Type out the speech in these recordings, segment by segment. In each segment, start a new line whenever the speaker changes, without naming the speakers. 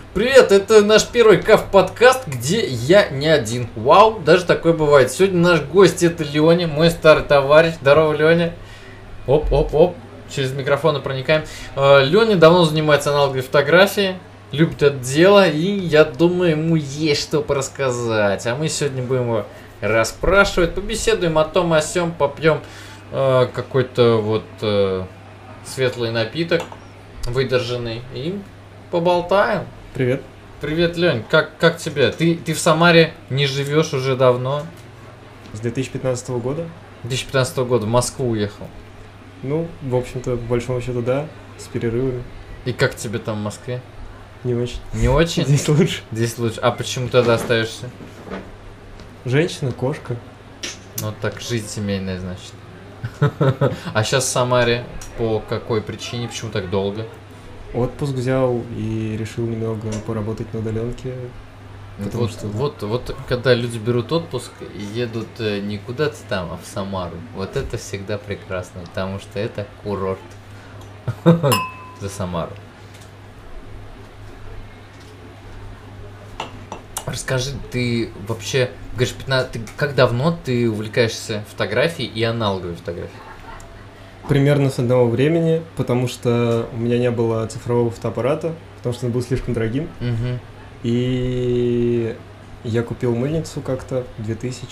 Привет, это наш первый КАФ-подкаст, где я не один. Вау, даже такое бывает. Сегодня наш гость это Леня, мой старый товарищ. Здорово, Леня. Оп. Через микрофоны проникаем. Леня давно занимается аналоговой фотографией, любит это дело, и я думаю, ему есть что порассказать. А мы сегодня будем его расспрашивать, побеседуем о том, о сём, попьем какой-то светлый напиток, выдержанный, и поболтаем.
Привет.
Привет, Лень, как тебе? Ты в Самаре не живешь уже давно?
С 2015 года?
2015 года в Москву уехал.
Ну, в общем-то, по большому счету, да, с перерывами.
И как тебе там в Москве?
Не очень.
Не очень?
Здесь лучше.
Здесь лучше. А почему тогда остаешься?
Женщина, кошка.
Ну так, жизнь семейная, значит. А сейчас в Самаре по какой причине? Почему так долго?
Отпуск взял и решил немного поработать на удаленке.
Вот когда люди берут отпуск и едут не куда-то там, а в Самару. Вот это всегда прекрасно, потому что это курорт за Самару. Расскажи, ты вообще, говоришь, как давно ты увлекаешься фотографией и аналоговой фотографией?
Примерно с одного времени, потому что у меня не было цифрового фотоаппарата, потому что он был слишком дорогим.
Угу.
И я купил мыльницу как-то в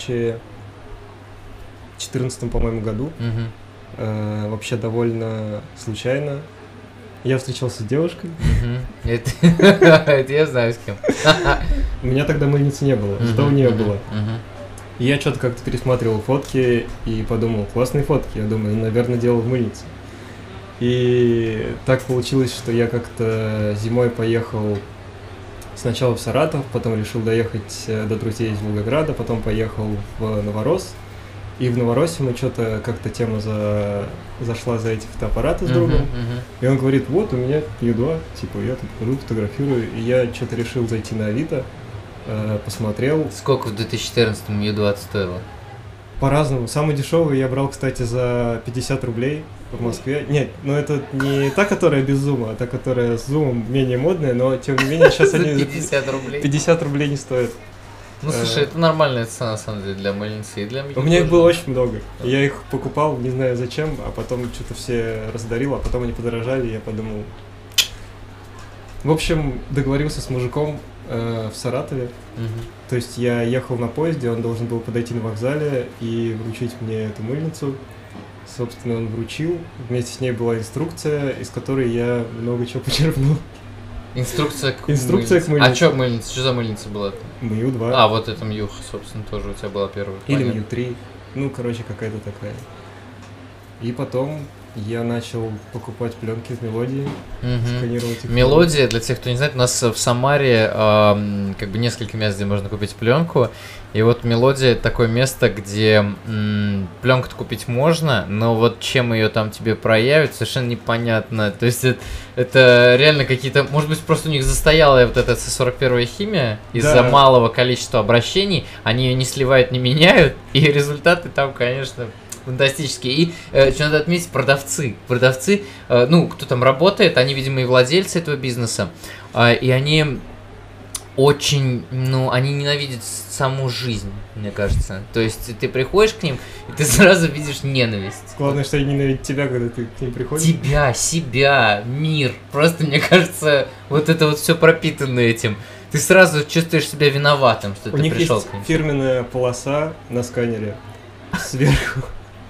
2014, по-моему, году.
Угу.
Вообще довольно случайно. Я встречался с девушкой.
Это я знаю с кем.
У меня тогда мыльницы не было, что у нее было. И я что-то как-то пересматривал фотки и подумал, классные фотки. Я думаю, наверное, делал в мыльнице. И так получилось, что я как-то зимой поехал сначала в Саратов, потом решил доехать до друзей из Волгограда, потом поехал в Новорос. И в Новоросе мы что-то как-то тема зашла за эти фотоаппараты с другом. И он говорит, вот у меня Ю2, типа я тут хожу, фотографирую. И я что-то решил зайти на Авито, посмотрел.
Сколько в 2014-м Ю2 стоило?
По-разному. Самый дешевый я брал, кстати, за 50 рублей в Москве. Нет, ну это не та, которая без зума, а та, которая с зумом менее модная, но тем не менее сейчас они
50 рублей.
50 рублей не стоят.
Ну слушай, это нормальная цена, на самом деле, для мыльницы и для меня.
У меня их было очень много. Я их покупал, не знаю зачем, а потом что-то все раздарил, а потом они подорожали, и я подумал. В общем, договорился с мужиком в Саратове. То есть я ехал на поезде, он должен был подойти на вокзале и вручить мне эту мыльницу. Собственно, он вручил. Вместе с ней была инструкция, из которой я много чего почерпнул.
Инструкция к
мыльнице.
А что мыльница? Что за мыльница была?
Мью-2.
А, вот это Мью, собственно, тоже у тебя была первая.
Или Мью-3. Ну, короче, какая-то такая. И потом я начал покупать пленки в Мелодии, сканировать их.
Мелодия, для тех, кто не знает, у нас в Самаре как бы несколько мест, где можно купить пленку. И вот Мелодия — это такое место, где пленку-то купить можно, но вот чем ее там тебе проявят, совершенно непонятно. То есть это реально какие-то, может быть, просто у них застоялая вот эта C41 химия из-за малого количества обращений, они ее не сливают, не меняют, и результаты там, конечно, фантастические. И что надо отметить, продавцы, ну, кто там работает, они, видимо, и владельцы этого бизнеса, и они очень, ну, они ненавидят саму жизнь, мне кажется. То есть ты приходишь к ним, и ты сразу видишь ненависть.
Главное, что они ненавидят тебя, когда ты к ним приходишь.
Тебя, себя, мир. Просто, мне кажется, вот это вот все пропитано этим. Ты сразу чувствуешь себя виноватым, что ты пришел к ним.
У них есть фирменная полоса на сканере сверху.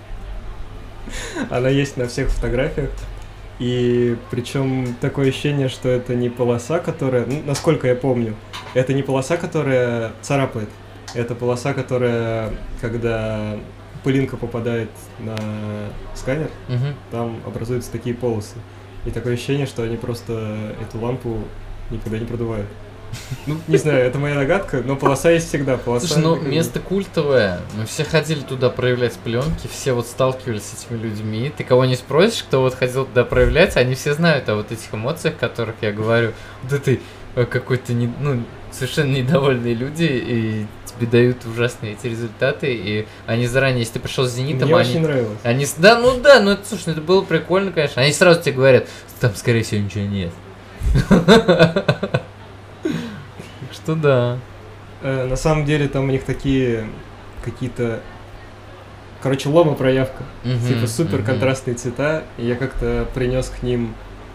Она есть на всех фотографиях. И причем такое ощущение, что это не полоса, которая, ну, насколько я помню, это не полоса, которая царапает. Это полоса, которая, когда пылинка попадает на сканер, там образуются такие полосы. И такое ощущение, что они просто эту лампу никогда не продувают. Ну, не знаю, это моя догадка, но полоса есть всегда.
Слушай, ну место культовое. Мы все ходили туда проявлять пленки, все вот сталкивались с этими людьми. Ты кого не спросишь, кто вот ходил туда проявлять, они все знают о вот этих эмоциях, о которых я говорю. Вот этой какой-то совершенно недовольные люди, и тебе дают ужасные эти результаты, и они заранее, если ты пришел с Зенитом,
мне очень нравилось.
Они, слушай, это было прикольно, конечно. Они сразу тебе говорят, там, скорее всего, ничего нет. что да.
На самом деле там у них такие какие-то... Короче, ломо-проявка. Типа супер контрастные цвета. И я как-то принес к ним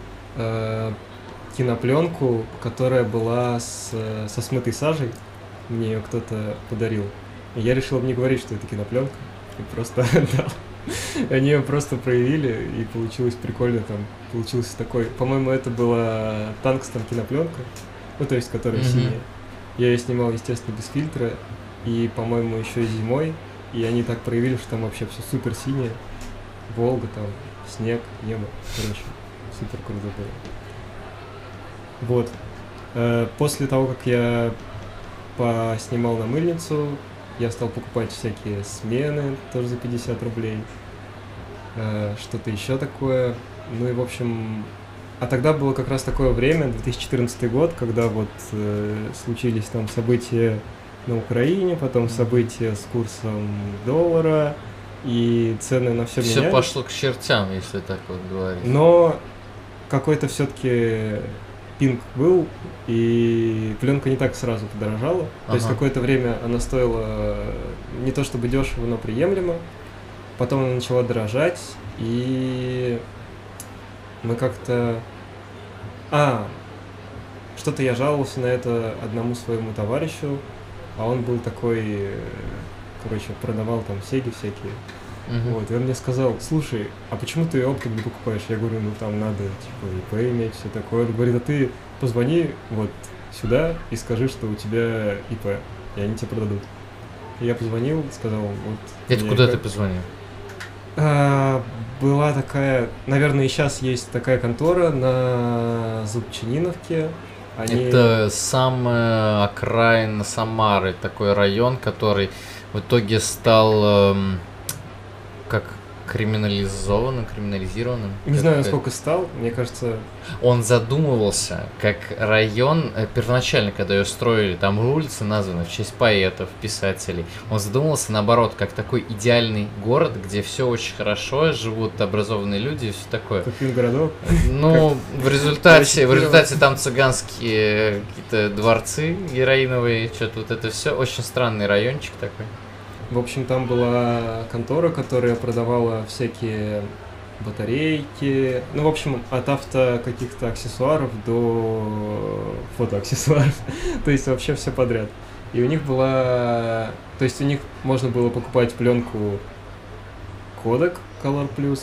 кинопленку, которая была со смытой сажей. Мне ее кто-то подарил. И я решил им не говорить, что это кинопленка. И просто отдал. Они ее просто проявили, и получилось прикольно. Там получился такой... По-моему, это была тангстон кинопленка. Ну, то есть, которая синяя. Я ее снимал, естественно, без фильтра. И, по-моему, еще и зимой. И они так проявили, что там вообще все супер синее. Волга там, снег, небо. Короче, супер круто было. Вот. После того, как я поснимал на мыльницу, я стал покупать всякие смены, тоже за 50 рублей. Что-то еще такое. Ну и, в общем... А тогда было как раз такое время, 2014 год, когда вот случились там события на Украине, потом события с курсом доллара, и цены на все менялись.
Все пошло к чертям, если так вот говорить.
Но какой-то все-таки пинг был, и пленка не так сразу подорожала. То есть какое-то время она стоила не то чтобы дешево, но приемлемо. Потом она начала дорожать, и мы как-то... что-то я жаловался на это одному своему товарищу, а он был такой, короче, продавал там сеги всякие. Вот, и он мне сказал: слушай, а почему ты оптом не покупаешь? Я говорю, ну там надо, типа, ИП иметь, все такое. Он говорит, а ты позвони вот сюда и скажи, что у тебя ИП, и они тебе продадут. И я позвонил, сказал, вот...
Это куда ты позвонил?
Была такая, наверное, и сейчас есть такая контора на Зубчининовке.
Это самая окраина Самары, такой район, который в итоге стал как криминализированным.
Не знаю, насколько стал, мне кажется...
Он задумывался как район, первоначально, когда ее строили, там улицы названы в честь поэтов, писателей. Он задумывался, наоборот, как такой идеальный город, где все очень хорошо, живут образованные люди и все такое.
Как городок.
Ну, в результате там цыганские какие-то дворцы героиновые, что-то вот это все. Очень странный райончик такой.
В общем, там была контора, которая продавала всякие батарейки, ну, в общем, от авто каких-то аксессуаров до фотоаксессуаров, то есть вообще все подряд. И у них была, то есть у них можно было покупать пленку Kodak Color Plus,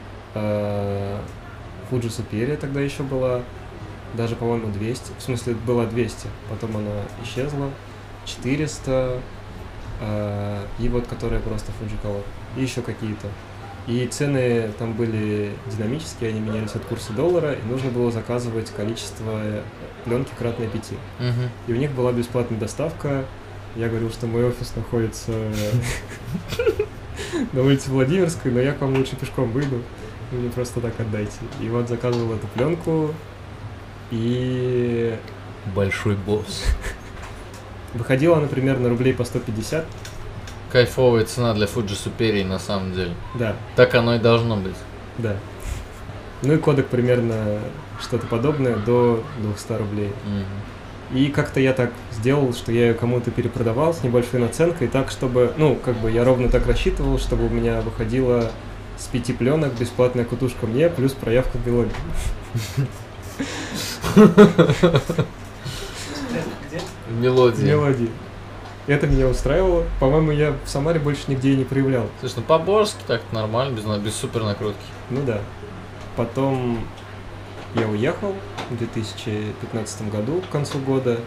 Fuji Superia тогда еще была, даже, по-моему, 200, в смысле, была 200, потом она исчезла, 400, и вот которая просто Fuji Color, и еще какие-то. И цены там были динамические, они менялись от курса доллара, и нужно было заказывать количество пленки кратное 5. И у них была бесплатная доставка. Я говорил, что мой офис находится на улице Владимирской, но я к вам лучше пешком выйду, вы мне просто так отдайте. И вот заказывал эту пленку, и...
Большой босс.
Выходила она примерно рублей по 150.
Кайфовая цена для Fuji Superia на самом деле.
Да.
Так оно и должно быть.
Да. Ну и кодек примерно что-то подобное до 200 рублей. И как-то я так сделал, что я ее кому-то перепродавал с небольшой наценкой, так чтобы, ну, как бы я ровно так рассчитывал, чтобы у меня выходила с 5 пленок бесплатная кутушка мне, плюс проявка в мелодии. Мелодии. Это меня устраивало. По-моему, я в Самаре больше нигде и не проявлял.
Слушай, ну по-божески так нормально, без супер накрутки.
Ну да. Потом я уехал в 2015 году, к концу года.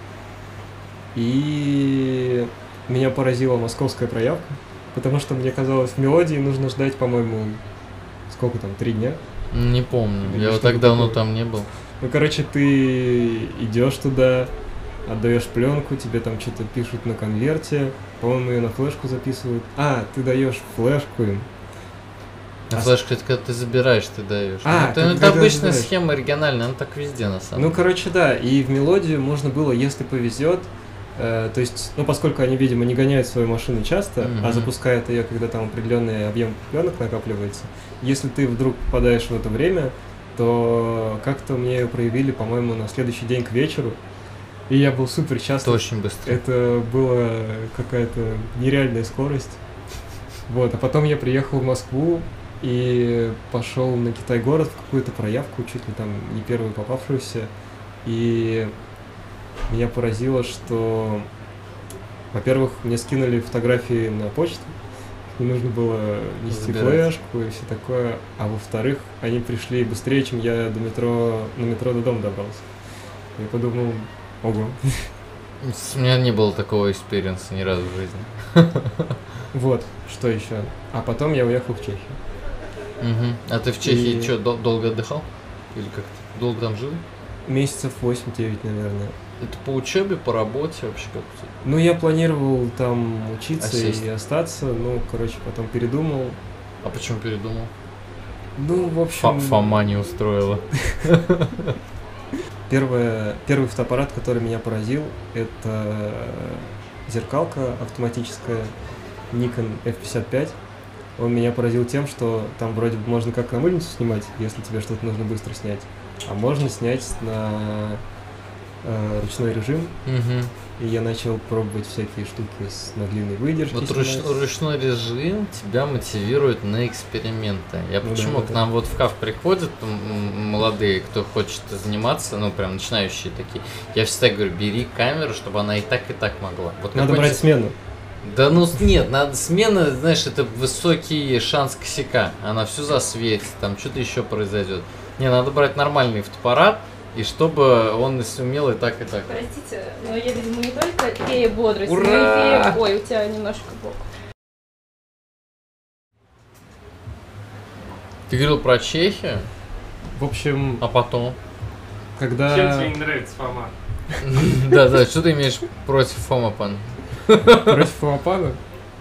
И меня поразила московская проявка. Потому что мне казалось, в мелодии нужно ждать, по-моему, сколько там, 3 дня?
Не помню, я вот так давно там не был.
Ну, короче, ты идешь туда, отдаешь пленку, тебе там что-то пишут на конверте, по-моему, ее на флешку записывают. Ты даешь флешку им.
Флешку это когда ты забираешь, ты даешь. Это обычная схема региональная, она так везде на самом деле.
Ну, короче, да, и в мелодию можно было, если повезет, то есть, ну, поскольку они, видимо, не гоняют свою машину часто, а запускают ее, когда там определенный объем пленок накапливается, если ты вдруг попадаешь в это время, то как-то мне ее проявили, по-моему, на следующий день к вечеру. И я был супер счастлив.
Это очень быстро.
Это была какая-то нереальная скорость. Вот, а потом я приехал в Москву и пошел на Китай-город в какую-то проявку, чуть ли там не первую попавшуюся. И меня поразило, что, во-первых, мне скинули фотографии на почту, не нужно было нести флешку и все такое. А во-вторых, они пришли быстрее, чем я на метро до дома добрался. Я подумал, ого.
У меня не было такого экспириенса ни разу в жизни.
Вот, что еще. А потом я уехал в Чехию.
А ты в Чехии что, долго отдыхал? Или как-то долго там жил?
Месяцев 8-9, наверное.
Это по учебе, по работе вообще как-то?
Ну, я планировал там учиться
Осесть.
и остаться, ну, короче, потом передумал.
А почему передумал?
Ну, в общем...
Фома не устроила.
Первый фотоаппарат, который меня поразил, это зеркалка автоматическая Nikon F55. Он меня поразил тем, что там вроде бы можно как на мыльницу снимать, если тебе что-то нужно быстро снять, а можно снять на ручной режим. И я начал пробовать всякие штуки на длинной выдержке.
Вот ручной режим тебя мотивирует на эксперименты. Почему к нам вот в КАФ приходят молодые, кто хочет заниматься, ну прям начинающие такие. Я всегда говорю, бери камеру, чтобы она и так могла. Вот
надо брать смену.
Да ну нет, надо смена, знаешь, это высокий шанс косяка. Она всю засветит, там что-то еще произойдет. Не, надо брать нормальный фотоаппарат, и чтобы он умел и так.
Простите, но я, видимо, не только фея бодрости,
Ура!
но и фея... Ой, у тебя немножко бок.
Ты говорил про Чехию?
В общем...
А потом?
Когда...
Чем тебе не нравится Фома?
Да, что ты имеешь против Фомапана?
Против Фомапана?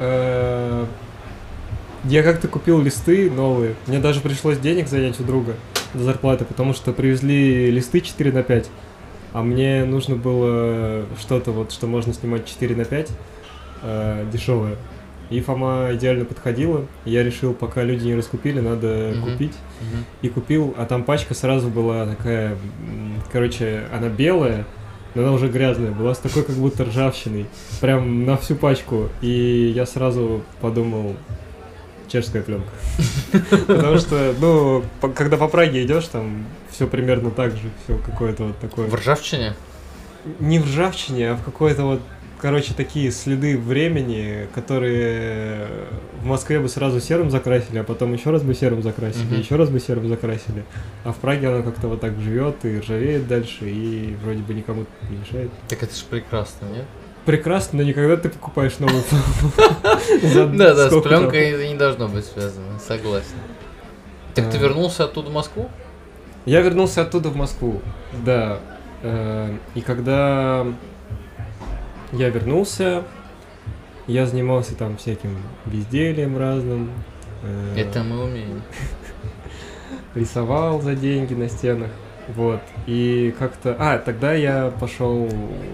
Я как-то купил листы новые. Мне даже пришлось денег занять у друга до зарплаты, потому что привезли листы 4×5, а мне нужно было что-то вот, что можно снимать 4×5, дешевое. И Фома идеально подходила. Я решил, пока люди не раскупили, надо купить. И купил, а там пачка сразу была такая, короче, она белая, но она уже грязная, была с такой как будто ржавчиной, прям на всю пачку. И я сразу подумал, чешская пленка. Потому что, ну, когда по Праге идешь, там все примерно так же, все какое-то вот такое.
В ржавчине?
Не в ржавчине, а в какой-то вот, короче, такие следы времени, которые в Москве бы сразу серым закрасили, а потом еще раз бы серым закрасили, еще раз бы серым закрасили. А в Праге она как-то вот так живет и ржавеет дальше, и вроде бы никому не мешает.
Так это же прекрасно, нет?
Прекрасно, но никогда ты покупаешь новую форму.
Да, с пленкой это не должно быть связано, согласен. Так ты вернулся оттуда в Москву?
Я вернулся оттуда в Москву, да. И когда я вернулся, я занимался там всяким бездельем разным.
Это мы умеем.
Рисовал за деньги на стенах. Вот. И как-то... тогда я пошел...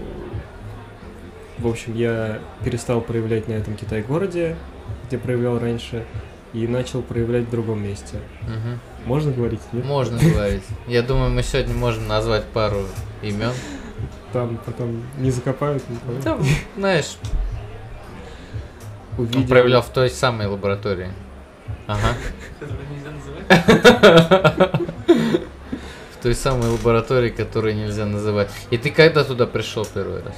В общем, я перестал проявлять на этом Китай-городе, где проявлял раньше, и начал проявлять в другом месте. Можно говорить? Нет?
Можно говорить. Я думаю, мы сегодня можем назвать пару имен.
Там потом не закопают никого.
Да, знаешь,
Увидел...
он проявлял в той самой лаборатории. Ага.
Этого нельзя называть.
В той самой лаборатории, которую нельзя называть. И ты когда туда пришел первый раз?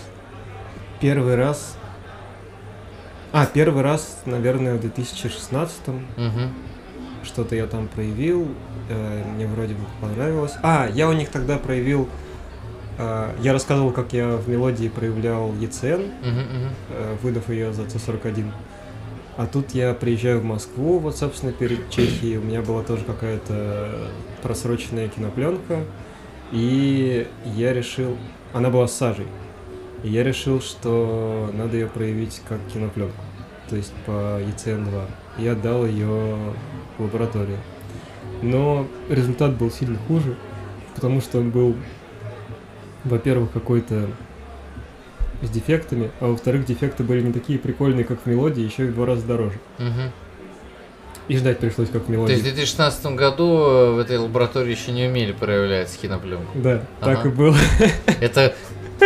Первый раз, наверное, в 2016-м. Что-то я там проявил, мне вроде бы понравилось. Я у них тогда проявил... Я рассказывал, как я в мелодии проявлял ECN, выдав ее за C41. А тут я приезжаю в Москву, вот, собственно, перед Чехией. У меня была тоже какая-то просроченная кинопленка. И я решил... Она была с сажей. И я решил, что надо ее проявить как кинопленку, то есть по ECN2. И отдал ее в лабораторию. Но результат был сильно хуже, потому что он был, во-первых, какой-то с дефектами, а во-вторых, дефекты были не такие прикольные, как в мелодии, еще и в 2 раза дороже. И ждать пришлось, как в мелодии.
То есть в 2016 году в этой лаборатории еще не умели проявлять кинопленку?
Да, так и было.
Это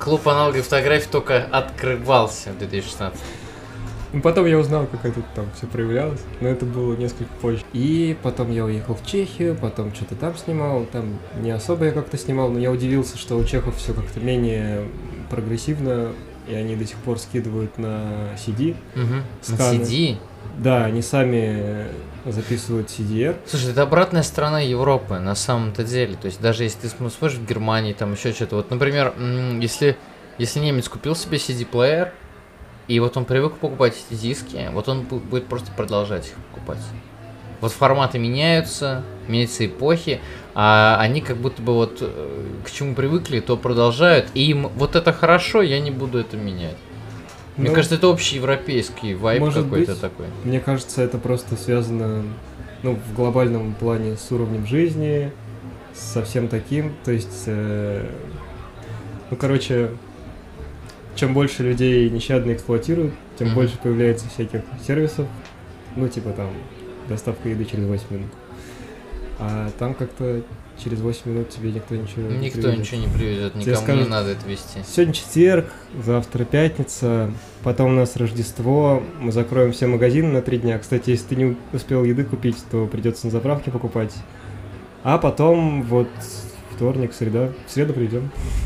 клуб аналоговой фотографии только открывался в 2016.
Ну, потом я узнал, как это там все проявлялось, но это было несколько позже. И потом я уехал в Чехию, потом что-то там снимал, там не особо я как-то снимал, но я удивился, что у чехов все как-то менее прогрессивно, и они до сих пор скидывают на CD.
На CD?
Да, они сами записывают CDR.
Слушай, это обратная сторона Европы, на самом-то деле. То есть даже если ты смотришь в Германии, там еще что-то. Вот, например, если немец купил себе CD-плеер, и вот он привык покупать эти диски, вот он будет просто продолжать их покупать. Вот форматы меняются эпохи, а они как будто бы вот к чему привыкли, то продолжают. И им вот это хорошо, я не буду это менять. Мне кажется, это общий европейский вайб какой-то такой.
Мне кажется, это просто связано, ну, в глобальном плане с уровнем жизни, со всем таким. То есть, ну, короче, чем больше людей нещадно эксплуатируют, тем больше появляется всяких сервисов. Ну, типа там, доставка еды через 8 минут. А там как-то через 8 минут тебе никто ничего не привезет.
Никто ничего не привезет, никому скажут, не надо это везти.
Сегодня четверг, завтра пятница, потом у нас Рождество, мы закроем все магазины на 3 дня. Кстати, если ты не успел еды купить, то придется на заправке покупать. А потом вот вторник, среда. В среду придем.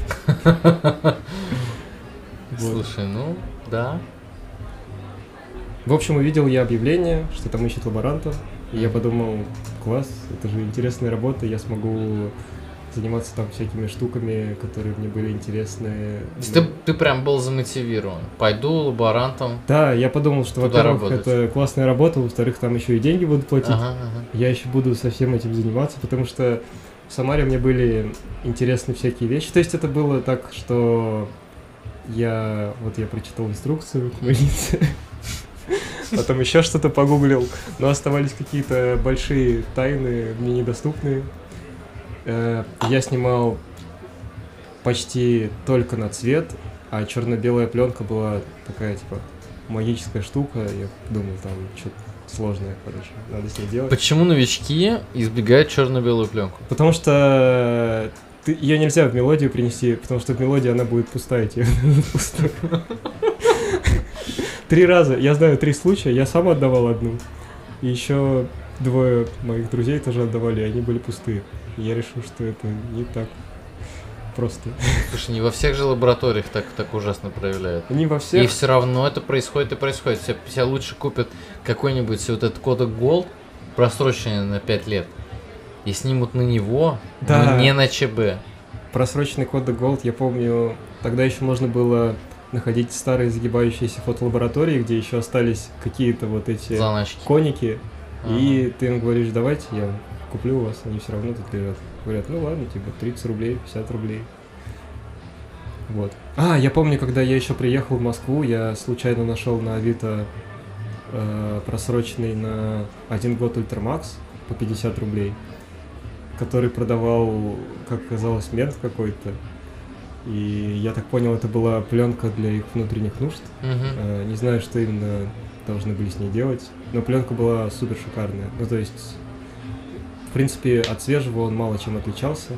Слушай, ну, да.
В общем, увидел я объявление, что там ищут лаборантов. И я подумал, класс, это же интересная работа, я смогу заниматься там всякими штуками, которые мне были интересны.
Ты прям был замотивирован. Пойду лаборантом.
Да, я подумал, что, во-первых, это классная работа, во-вторых, там еще и деньги будут платить. Я еще буду со всем этим заниматься, потому что в Самаре мне были интересны всякие вещи. То есть это было так, что я прочитал инструкцию к мыльнице. Потом еще что-то погуглил, но оставались какие-то большие тайны, мне недоступные. Я снимал почти только на цвет, а черно-белая пленка была такая, типа, магическая штука. Я думал, там что-то сложное, короче, надо с ней делать.
Почему новички избегают черно-белую пленку?
Потому что ее нельзя в мелодию принести, потому что в мелодии она будет пустая, тебе пустую. 3 раза, я знаю 3 случая, я сам отдавал одну, и еще 2 моих друзей тоже отдавали, и они были пустые. И я решил, что это не так просто.
Слушай, не во всех же лабораториях так ужасно проявляют.
Не во всех.
И все равно это происходит и происходит. Все лучше купят какой-нибудь вот этот Kodak Gold, просроченный на 5 лет, и снимут на него,
да.
Но не на ЧБ.
Просроченный Kodak Gold, я помню, тогда еще можно было находить старые загибающиеся фотолаборатории, где еще остались какие-то вот эти
заначки,
коники, и ты им говоришь, давайте я куплю у вас, они все равно тут лежат. Говорят, ну ладно, типа 30 рублей, 50 рублей. Вот. Я помню, когда я еще приехал в Москву, я случайно нашел на Авито просроченный на 1 год Ультрамакс по 50 рублей, который продавал, как оказалось, мент какой-то. И я так понял, это была пленка для их внутренних нужд. Не знаю, что именно должны были с ней делать, но пленка была супер шикарная. Ну, то есть, в принципе, от свежего он мало чем отличался.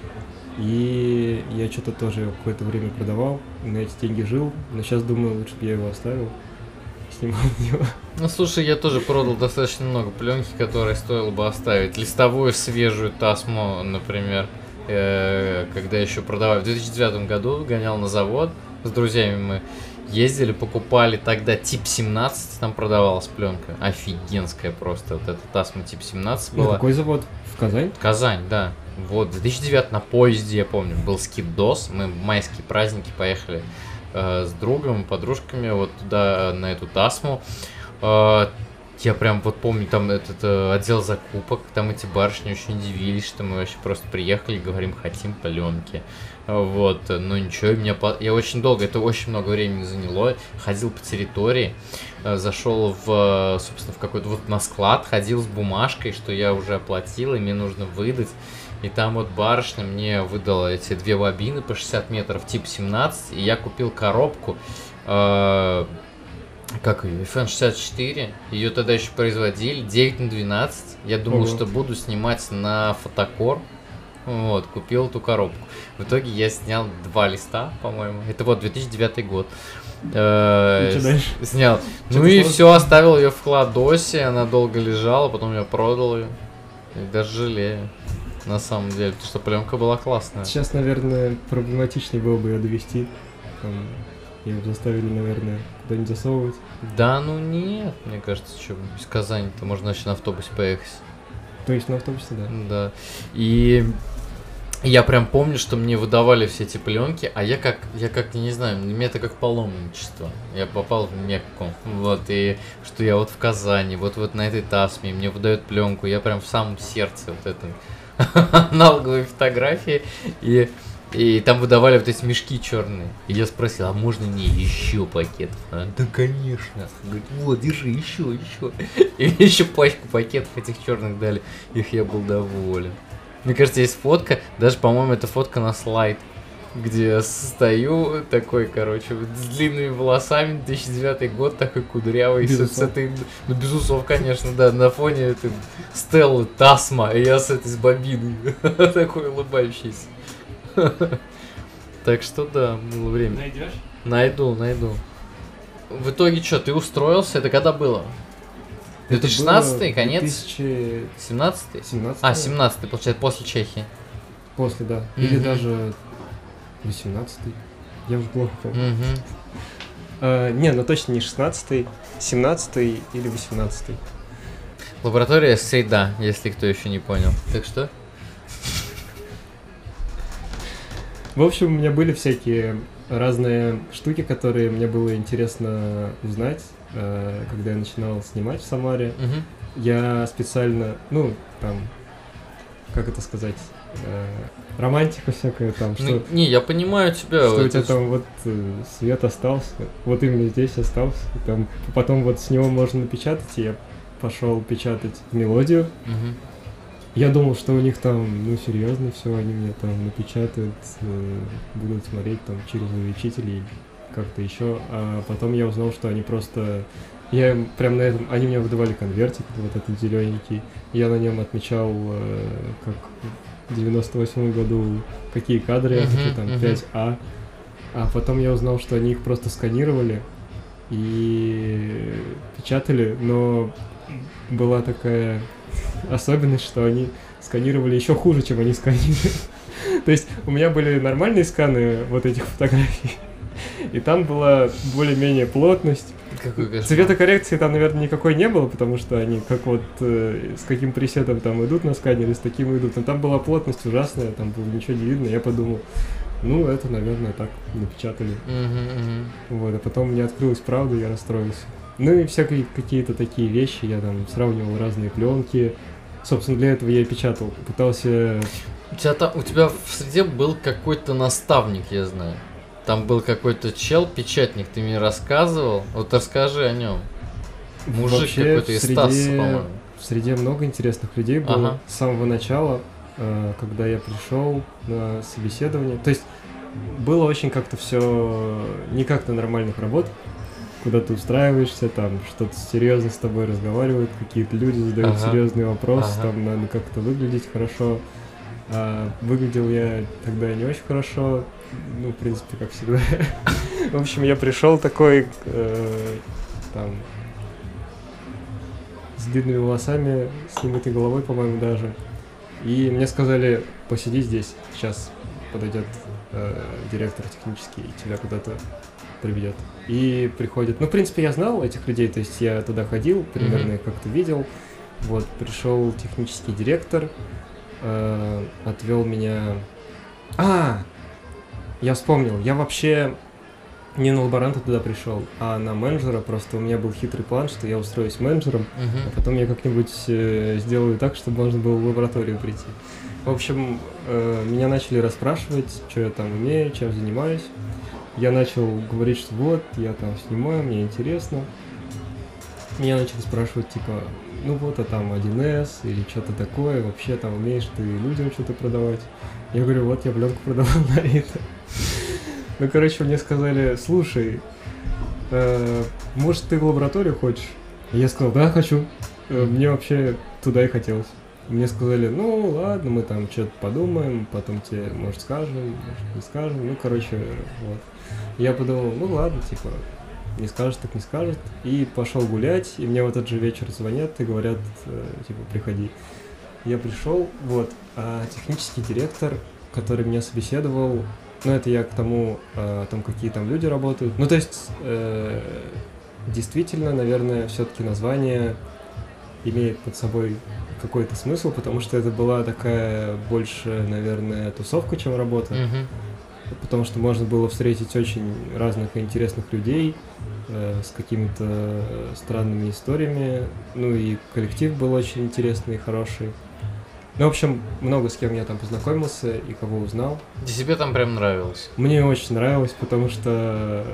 И я что-то тоже какое-то время продавал, на эти деньги жил, но сейчас думаю, лучше бы я его оставил, снимал на него.
Ну, слушай, я тоже продал достаточно много пленки, которые стоило бы оставить. Листовую свежую Tasmo, например. Когда еще продавали в 2009 году, гонял на завод с друзьями, мы ездили, покупали тогда тип 17, там продавалась пленка, офигенская просто, вот эта Tasmo тип 17 была.
Какой завод? В Казань?
Казань, да. Вот, 2009 на поезде, я помню, был скид-дос, мы в майские праздники поехали с другом, подружками вот туда, на эту Tasmo. Я прям вот помню, там этот отдел закупок, там эти барышни очень удивились, что мы вообще просто приехали и говорим, хотим пленки. Вот, ну ничего, я очень долго, это очень много времени заняло, ходил по территории, зашел собственно, в какой-то вот на склад, ходил с бумажкой, что я уже оплатил, и мне нужно выдать. И там вот барышня мне выдала эти 2 бобины по 60 метров тип 17, и я купил коробку, как ее, FN64, ее тогда еще производили, 9/12, я думал, что буду снимать на фотокор, Вот, купил эту коробку. В итоге я снял 2 листа, по-моему. Это вот 2009 год.
Что дальше?
Снял.
Что
Ну
ты
и
сложил?
все, оставил ее в Хладосе, она долго лежала, потом я продал ее. И даже жалею. На самом деле, потому что пленка была классная.
Сейчас, наверное, проблематичнее было бы ее довести. Там, ее бы заставили, наверное, куда-нибудь засовывать.
Да, ну нет, мне кажется, что из Казани-то можно вообще на автобусе поехать.
То есть на автобусе, да.
Да. И я прям помню, что мне выдавали все эти пленки, а я как-то не знаю, мне это как паломничество. Я попал в Мекку, вот, и что я вот в Казани, вот на этой Тасме, мне выдают пленку, я прям в самом сердце вот этой аналоговой фотографии, и там выдавали вот эти мешки черные. И я спросил, а можно мне еще пакетов? Она, да, конечно. Говорит, вот, держи, еще. И мне еще пачку пакетов этих черных дали. Их я был доволен. Мне кажется, есть фотка, даже, по-моему, это фотка на слайд, где я стою такой, короче, с длинными волосами, 2009 год, такой кудрявый,
Без
с
усов.
этой, ну, без усов, конечно, да, на фоне этой Стеллы Тасма, и я с этой, с бобиной, такой улыбающийся. Так что да, было время.
Найдешь?
Найду. В итоге что, ты устроился? Это когда было? 2016 конец?
2017.
17 А, 17 получается, после Чехии.
После, да. Или
Мгм.
даже 18-й. Я уже плохо помню.
Мгм.
Не, ну точно не 16-й, 17-й или 18-й.
Лаборатория среда, если кто еще не понял. Так что?
В общем, у меня были всякие разные штуки, которые мне было интересно узнать, когда я начинал снимать в Самаре.
Мгм.
Я специально, ну, там, как это сказать, романтика всякая там, что,
Ну, не, я понимаю тебя.
что у
это
тебя
ж-
там вот свет остался, вот именно здесь остался, и там потом вот с него можно напечатать, и я пошел печатать мелодию.
Мгм.
Я думал, что у них там, ну, серьезно все, они мне там напечатают, будут смотреть там через увеличитель и как-то еще. А потом я узнал, что они просто... Я им прям на этом... Они мне выдавали конвертик, вот этот зелененький. Я на нем отмечал, как в 98 году, какие кадры я
Мгм,
хочу, там,
мгм.
5А. А потом я узнал, что они их просто сканировали и печатали, но была такая особенность, что они сканировали еще хуже, чем они сканировали. То есть у меня были нормальные сканы вот этих фотографий, и там была более-менее плотность.
Какой кошмар.
Цветокоррекции там, наверное, никакой не было, потому что они как вот с каким пресетом там идут на сканере, с таким идут. Но там была плотность ужасная, там было ничего не видно. Я подумал, ну, это, наверное, так напечатали.
Мгм, мгм.
Вот, а потом мне открылась правда, я расстроился. Ну и всякие какие-то такие вещи, я там сравнивал разные пленки. Собственно, для этого я и печатал. Пытался...
У тебя в среде был какой-то наставник, я знаю. Там был какой-то чел, печатник, ты мне рассказывал. Вот расскажи о нем. Мужик
Вообще,
какой-то из Стаса, по-моему.
в среде много интересных людей было
Ага.
с самого начала, когда я пришел на собеседование. То есть было очень как-то все не как на нормальных работах, куда ты устраиваешься, там что-то серьезно с тобой разговаривают, какие-то люди задают
Ага.
серьезные вопросы,
Ага.
там надо как-то выглядеть хорошо. А выглядел я тогда не очень хорошо, ну, в принципе, как всегда. В общем, я пришел такой, там, с длинными волосами, с немытой головой, по-моему, даже. И мне сказали, посиди здесь, сейчас подойдет директор технический и тебя куда-то приведет. И приходит, ну, в принципе, я знал этих людей, то есть я туда ходил, примерно их как-то видел. Вот, пришел технический директор, отвел меня... Я вспомнил, я вообще не на лаборанта туда пришел, а на менеджера, просто у меня был хитрый план, что я устроюсь менеджером, а
Мгм.
потом я как-нибудь сделаю так, чтобы можно было в лабораторию прийти. В общем, меня начали расспрашивать, что я там умею, чем занимаюсь. Я начал говорить, что вот, я там снимаю, мне интересно. Меня начали спрашивать, типа, ну вот, а там 1С или что-то такое, вообще там умеешь ты людям что-то продавать? Я говорю, вот, я пленку продавал на Авито. Ну, короче, мне сказали, слушай, может, ты в лабораторию хочешь? И я сказал, да, хочу. Мне вообще туда и хотелось. Мне сказали, ну ладно, мы там что-то подумаем, потом тебе, может, скажем, может, не скажем. Ну, короче, вот. Я подумал, ну ладно, типа, не скажет, так не скажет. И пошел гулять, и мне в этот же вечер звонят и говорят, типа, приходи. Я пришел, вот, а технический директор, который меня собеседовал, ну, это я к тому, там, какие там люди работают. Ну, то есть, действительно, наверное, все-таки название имеет под собой какой-то смысл, потому что это была такая больше, наверное, тусовка, чем работа. Потому что можно было встретить очень разных и интересных людей с какими-то странными историями. Ну и коллектив был очень интересный и хороший. Ну, в общем, много с кем я там познакомился и кого узнал.
И тебе там прям нравилось?
Мне очень нравилось, потому что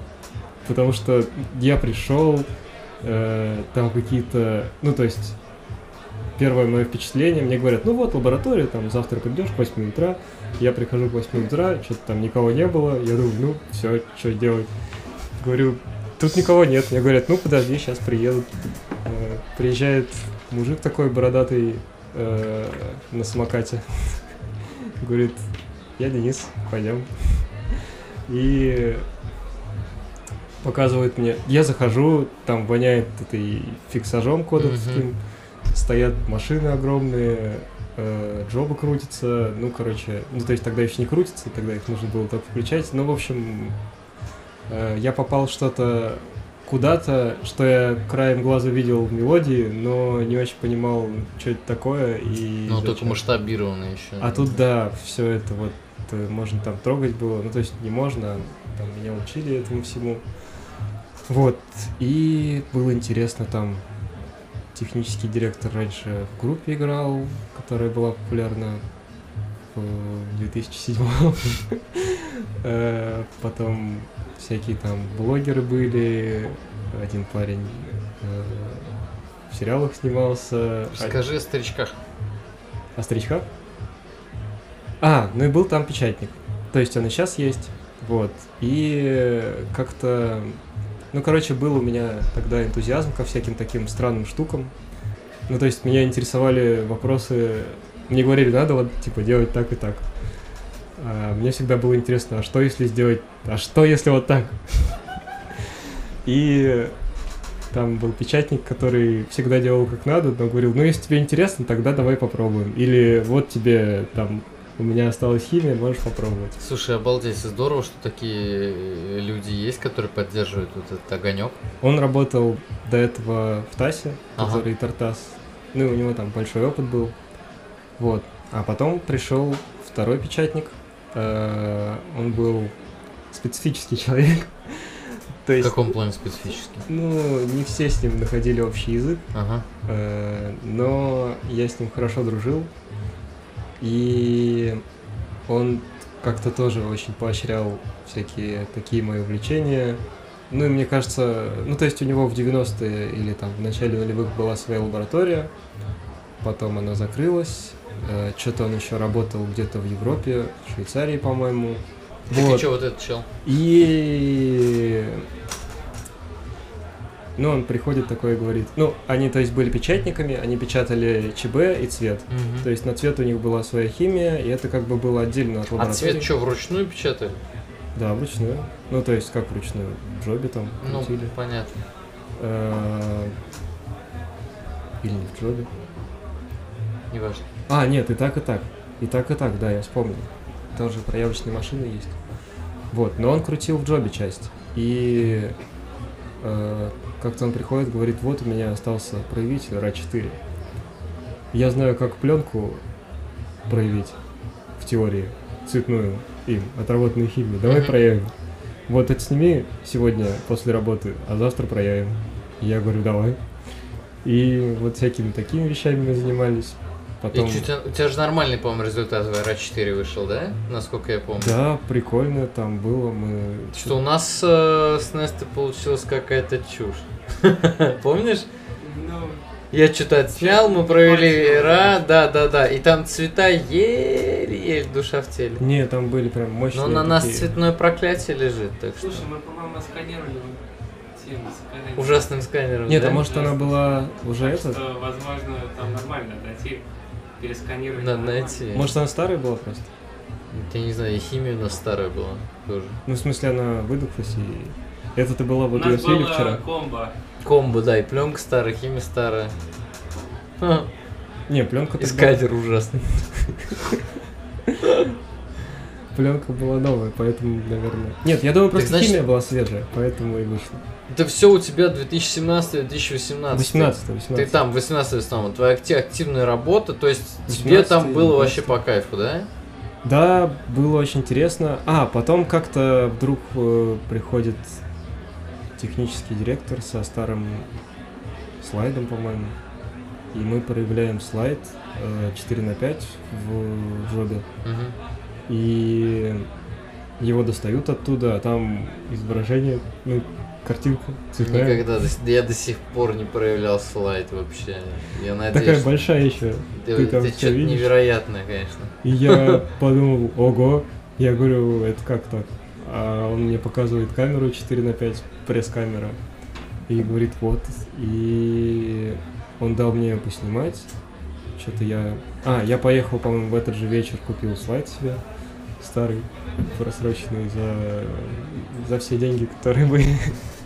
я пришел, там какие-то, ну, то есть, первое мое впечатление, мне говорят, ну вот, лаборатория, там, завтра придешь к 8 утра, я прихожу к 8 утра, что-то там никого не было, я думаю, ну, все, что делать? Говорю, тут никого нет. Мне говорят, ну, подожди, сейчас приедут. Приезжает мужик такой бородатый на самокате, говорит, я Денис, пойдем. И показывает мне, я захожу, там воняет этой фиксажом кодовским, стоят машины огромные, джобы крутятся, ну, короче, ну, то есть тогда еще не крутится, тогда их нужно было только включать, ну, в общем, я попал что-то куда-то, что я краем глаза видел в мелодии, но не очень понимал, что это такое и
ну, только масштабировано еще.
А тут, да, все это вот можно там трогать было, ну, то есть не можно, там меня учили этому всему. Вот, и было интересно, там технический директор раньше в группе играл, которая была популярна в 2007. Потом всякие там блогеры были, один парень в сериалах снимался.
Скажи о старичках.
О старичках? Ну и был там печатник, то есть он и сейчас есть, вот, и как-то... Ну, короче, был у меня тогда энтузиазм ко всяким таким странным штукам. Ну, то есть меня интересовали вопросы... Мне говорили, надо вот, типа, делать так и так. Мне всегда было интересно, а что если сделать... А что если вот так? И там был печатник, который всегда делал как надо, но говорил, ну, если тебе интересно, тогда давай попробуем. Или вот тебе там... У меня осталась химия, можешь попробовать.
Слушай, обалдеть, здорово, что такие люди есть, которые поддерживают вот этот огонек.
Он работал до этого в ТАСе, который Тартас. Ну, у него там большой опыт был. Вот. А потом пришел второй печатник. Он был специфический человек. То есть,
в каком плане специфический?
Ну, не все с ним находили общий язык. Но я с ним хорошо дружил. И он как-то тоже очень поощрял всякие такие мои увлечения. Ну и мне кажется, ну то есть у него в 90-е или там в начале нулевых была своя лаборатория, потом она закрылась, что-то он еще работал где-то в Европе, в Швейцарии, по-моему.
Так вот. И что вот этот чел?
И... Ну, он приходит такой и говорит... Ну, они, то есть, были печатниками, они печатали ЧБ и цвет. То есть, на цвет у них была своя химия, и это как бы было отдельно от лаборатории.
А цвет что, вручную печатали?
Да, вручную. Ну, то есть, как вручную? В джобе там крутили.
Ну, понятно.
Или не в джобе.
Неважно.
Нет, и так, и так. И так, и так, да, я вспомнил. Тоже проявочные машины есть. Вот, но он крутил в джобе часть. И... как-то он приходит, говорит, вот у меня остался проявитель RA4. Я знаю, как пленку проявить в теории, цветную им, отработанной химией. Давай проявим. Вот это сними сегодня после работы, а завтра проявим. Я говорю, давай. И вот всякими такими вещами мы занимались. Потом...
У тебя же нормальный, по-моему, результат в RA4 вышел, да? Насколько я помню.
Да, прикольно там было.
Что у нас с Нестой получилась какая-то чушь. Помнишь?
Ну,
я что-то отснял, мы провели RA, да. И там цвета еле-еле душа в теле.
Не, там были прям мощные.
Но на нас цветное проклятие лежит, так что...
Слушай, мы, по-моему, сканировали тем
ужасным сканером.
Нет,
да?
а может она была уже
что, возможно, там нормально датировано. пересканировать.
Надо
нормально.
найти.
Может, она старая была просто?
Я не знаю, и химия у нас старая была тоже.
Ну, в смысле, она выдохлась, и... Это-то была
У
вот
нас
ее слили
была
вчера.
комбо.
Комбо, да, и пленка старая, химия старая. Ха,
Не, пленка
и скатер ужасный.
Пленка была новая, поэтому, наверное... Нет, я думаю, просто
значит-
химия была свежая, поэтому и вышла.
Это все у тебя 2017-2018.
18.
Ты там 18 основном, твоя активная работа, то есть тебе
18-й,
там было
19-й.
вообще по кайфу, да?
Да, было очень интересно. А, потом как-то вдруг приходит технический директор со старым слайдом, по-моему. И мы проявляем слайд 4:5 в жобе.
Мгм.
И его достают оттуда, а там изображение, ну, картинка цветная.
Никогда, я до сих пор не проявлял слайд вообще. Я надеюсь,
Такая большая еще. Ты там
это
всё
что-то
видишь?
невероятное, конечно.
И я подумал, ого, я говорю, это как так? А он мне показывает камеру 4:5, пресс-камера, и говорит, вот, и он дал мне ее поснимать. Что-то я... я поехал, по-моему, в этот же вечер, купил слайд себе, старый, просроченный за все деньги, которые были.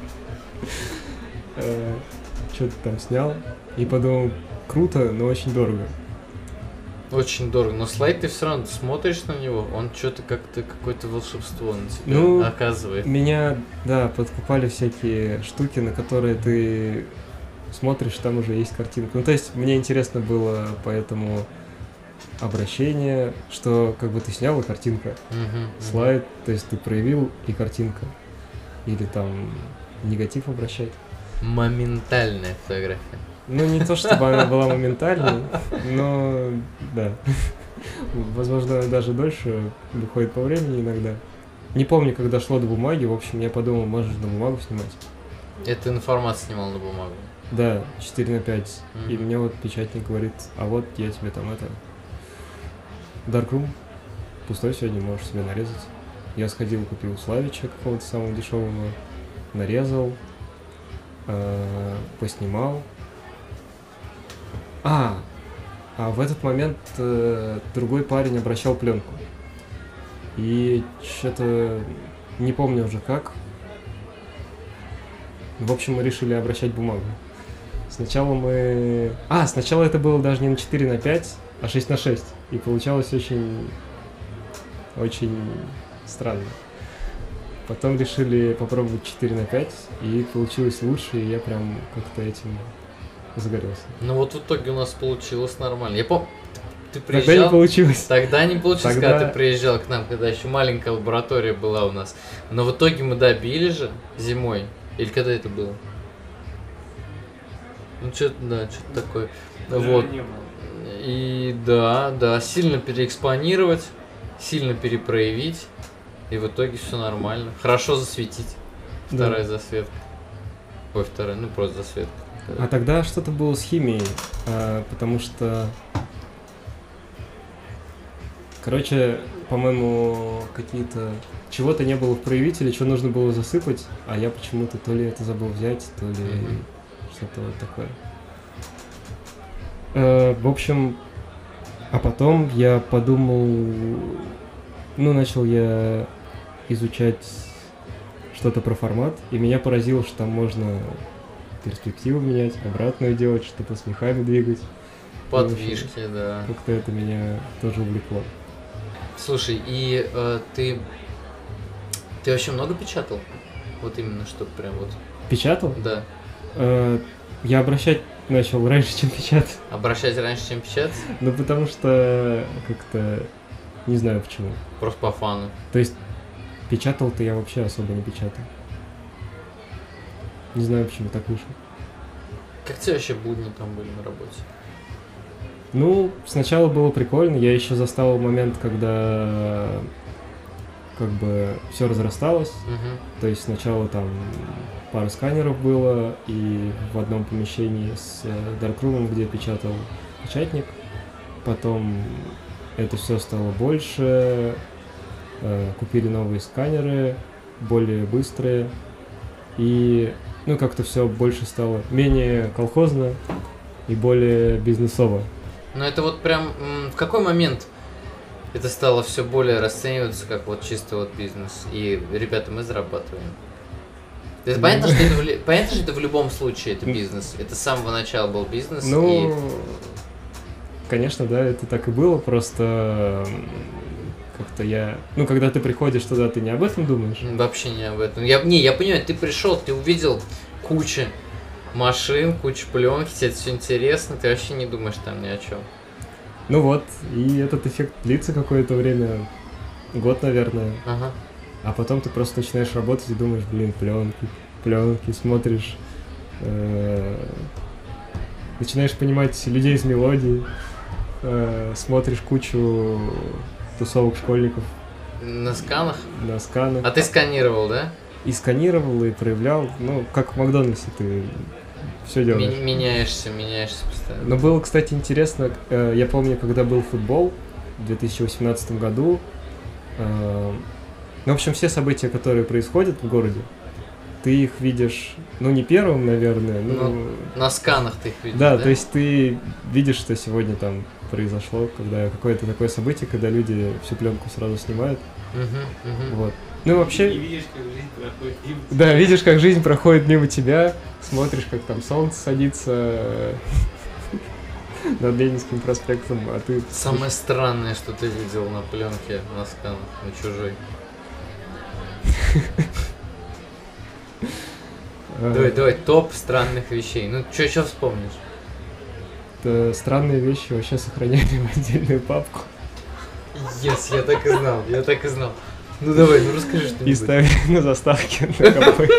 Что-то там снял, и подумал, круто, но очень дорого.
Очень дорого, но слайд ты все равно смотришь на него, он что-то как-то какое-то волшебство на тебя
Ну,
оказывает.
Меня, да, подкупали всякие штуки, на которые ты смотришь, там уже есть картинка. Ну, то есть, мне интересно было поэтому обращение, что как бы ты снял и картинка.
Мгм,
Слайд, то есть ты проявил и картинка. Или там негатив обращать.
мгм. Моментальная фотография.
Ну, не то чтобы она была моментальной, но да. Возможно, даже дольше выходит по времени иногда. Не помню, когда шло до бумаги, в общем, я подумал, можешь на бумагу снимать.
Это информация снимал на бумагу.
Да, 4:5. И
Мгм.
мне вот печатник говорит, а вот я тебе там Darkroom пустой сегодня, можешь себе нарезать. Я сходил, купил Славича какого-то самого дешевого, нарезал, поснимал. А в этот момент другой парень обращал пленку. И что-то не помню уже как. В общем, мы решили обращать бумагу. Сначала это было даже не на 4:5, а 6:6. И получалось очень странно. Потом решили попробовать 4:5, и получилось лучше, и я прям как-то этим загорелся.
Ну вот в итоге у нас получилось нормально. Я помню, ты
Тогда не
приезжал...
получилось.
Тогда не получилось,
Тогда-
когда ты приезжал к нам, когда еще маленькая лаборатория была у нас. Но в итоге мы добили же зимой. Или когда это было? Ну, что-то такое.
Даже
Вот.
не было.
И да, сильно переэкспонировать, сильно перепроявить. И в итоге все нормально. Хорошо засветить.
Да.
Вторая засветка. Ой, вторая, ну просто засветка.
А тогда что-то было с химией, потому что... Короче, по-моему, какие-то... Чего-то не было в проявителе, что нужно было засыпать, а я почему-то то ли это забыл взять, то ли
Мгм.
что-то вот такое. В общем, а потом я подумал... начал я изучать что-то про формат, и меня поразило, что там можно перспективу менять, обратную делать, что-то с мехами двигать.
Подвижки, да.
Как-то это меня тоже увлекло.
Слушай, и ты вообще много печатал? Вот именно, чтобы прям вот,
Печатал?
да.
Я обращать начал раньше, чем печатать.
Обращать раньше, чем печатать?
Ну, потому что как-то не знаю почему.
Просто по фану.
То есть печатал-то я вообще особо не печатал. Не знаю, почему так вышло.
Как тебе вообще будни там были на работе?
Ну, сначала было прикольно. Я еще застал момент, когда как бы все разрасталось.
Угу.
То есть сначала там пара сканеров было, и в одном помещении с Darkroom, где печатал печатник. Потом это все стало больше, купили новые сканеры, более быстрые, и как-то все больше стало менее колхозно и более бизнесово.
Но это вот прям в какой момент это стало все более расцениваться как вот чисто вот бизнес? И, ребята, мы зарабатываем. Это понятно, что это в любом случае это бизнес. Это с самого начала был бизнес.
Ну, конечно, да, это так и было, просто как-то я... Ну, когда ты приходишь туда, ты не об этом думаешь?
Вообще не об этом. Я понимаю, ты пришел, ты увидел кучу машин, кучу пленки, тебе это все интересно, ты вообще не думаешь там ни о чем.
Ну вот, и этот эффект длится какое-то время, год, наверное.
Ага.
А потом ты просто начинаешь работать и думаешь, блин, пленки, смотришь, начинаешь понимать людей с мелодией, смотришь кучу тусовок школьников.
На сканах?
На сканах.
А ты сканировал, да?
И сканировал, и проявлял, ну, как в Макдональдсе ты все делаешь.
Меняешься постоянно.
Но было, кстати, интересно, я помню, когда был футбол в 2018 году, ну, в общем, все события, которые происходят в городе, ты их видишь, ну, не первым, наверное, ну...
На сканах ты их видишь,
да? То есть ты видишь, что сегодня там произошло, когда какое-то такое событие, когда люди всю пленку сразу снимают. Вот. Ну, вообще...
И видишь, как жизнь проходит мимо тебя.
Да, видишь, как жизнь проходит мимо тебя, смотришь, как там солнце садится над Ленинским проспектом, а ты...
Самое странное, что ты видел на пленке, на сканах, на чужой. Давай, топ странных вещей. Ну, что вспомнишь?
Странные вещи вообще сохраняли в отдельную папку.
Yes, я так и знал. Ну давай, расскажи что-нибудь.
И ставили на заставке на компой.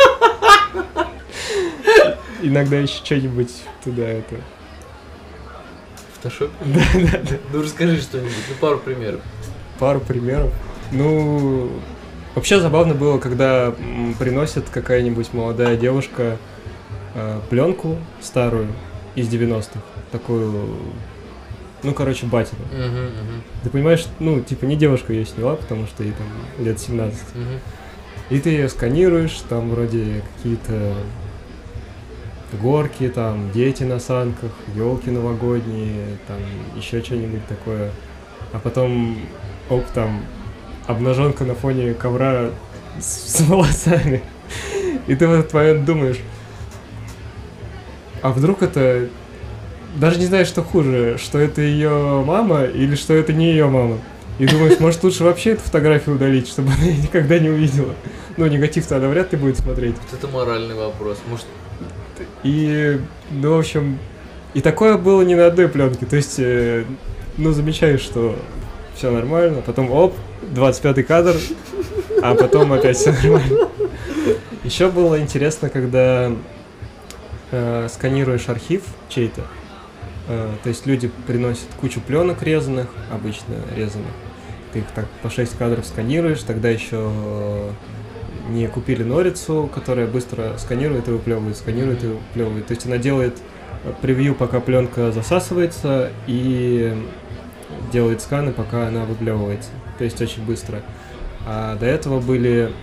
Иногда еще что-нибудь туда это...
Фотошоп?
Да.
Ну расскажи что-нибудь, пару примеров.
Пару примеров. Ну, вообще забавно было, когда приносит какая-нибудь молодая девушка пленку старую из 90-х, такую, ну, короче, батину. Ты понимаешь, ну, типа, не девушка ее сняла, потому что ей там лет 17. И ты ее сканируешь, там вроде какие-то горки, там дети на санках, елки новогодние, там еще что-нибудь такое. А потом, там обнаженка на фоне ковра с волосами. И ты в этот момент думаешь, а вдруг это... Даже не знаешь, что хуже, что это ее мама или что это не ее мама. И думаешь, может лучше вообще эту фотографию удалить, чтобы она ее никогда не увидела. Ну, негатив-то она вряд ли будет смотреть.
Вот это моральный вопрос. Может...
И, ну, в общем, и такое было не на одной пленке. То есть, ну, замечаешь, что все нормально, потом 25-й кадр, а потом опять все нормально. Еще было интересно, когда сканируешь архив чей-то, то есть люди приносят кучу пленок резаных, обычно резаных, ты их так по 6 кадров сканируешь, тогда еще не купили норицу, которая быстро сканирует и выплевывает, сканирует и выплевывает. То есть она делает превью, пока пленка засасывается, и делает сканы, пока она выплевывается. То есть очень быстро. А до этого были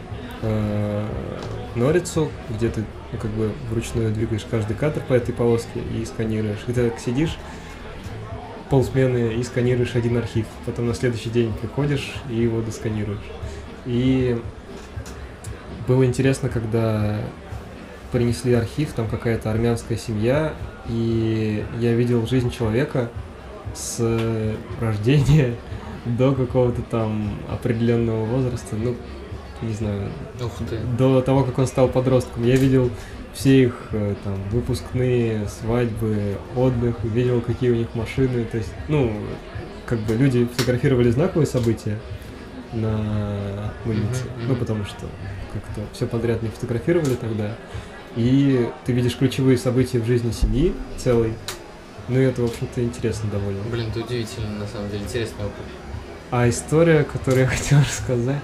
норицу, где ты как бы вручную двигаешь каждый кадр по этой полоске и сканируешь. И ты так сидишь полсмены и сканируешь один архив. Потом на следующий день приходишь и его досканируешь. И было интересно, когда принесли архив, там какая-то армянская семья, и я видел жизнь человека с рождения до какого-то там определенного возраста, ну, не знаю, до того, как он стал подростком. Я видел все их там выпускные, свадьбы, отдых, видел, какие у них машины. То есть, ну, как бы люди фотографировали знаковые события на улице, ну, потому что как-то все подряд не фотографировали тогда. И ты видишь ключевые события в жизни семьи целой. Ну, и это, в общем-то, интересно довольно.
Блин, это удивительно, на самом деле, интересный опыт.
А история, которую я хотел рассказать...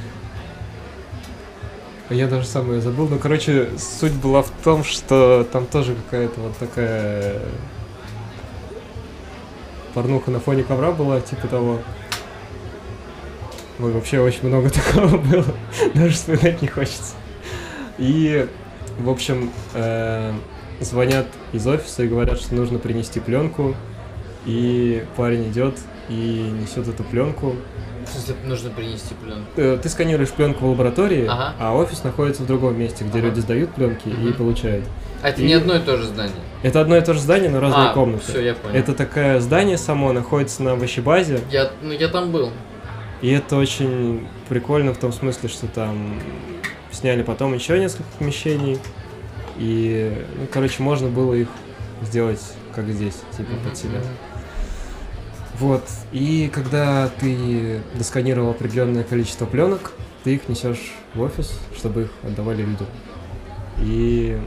Я даже сам ее забыл. Ну, короче, суть была в том, что там тоже какая-то вот такая порнуха на фоне ковра была, типа того. Ой, вообще очень много такого было. Даже вспоминать не хочется. И, в общем, звонят из офиса и говорят, что нужно принести пленку. и парень идет и несет эту пленку.
В смысле, нужно принести пленку?
Ты сканируешь пленку в лаборатории,
Ага.
а офис находится в другом месте, где
Ага.
люди сдают пленки и получают.
А это
И-
не одно и то же здание?
Это одно и то же здание, но разные комнаты.
Все, я понял.
Это такое здание само находится на овощебазе,
Я там был.
и это очень прикольно в том смысле, что там сняли потом еще несколько помещений, и, ну, короче, можно было их сделать как здесь, типа под себя. Вот, и когда ты досканировал определенное количество пленок, ты их несешь в офис, чтобы их отдавали людям. И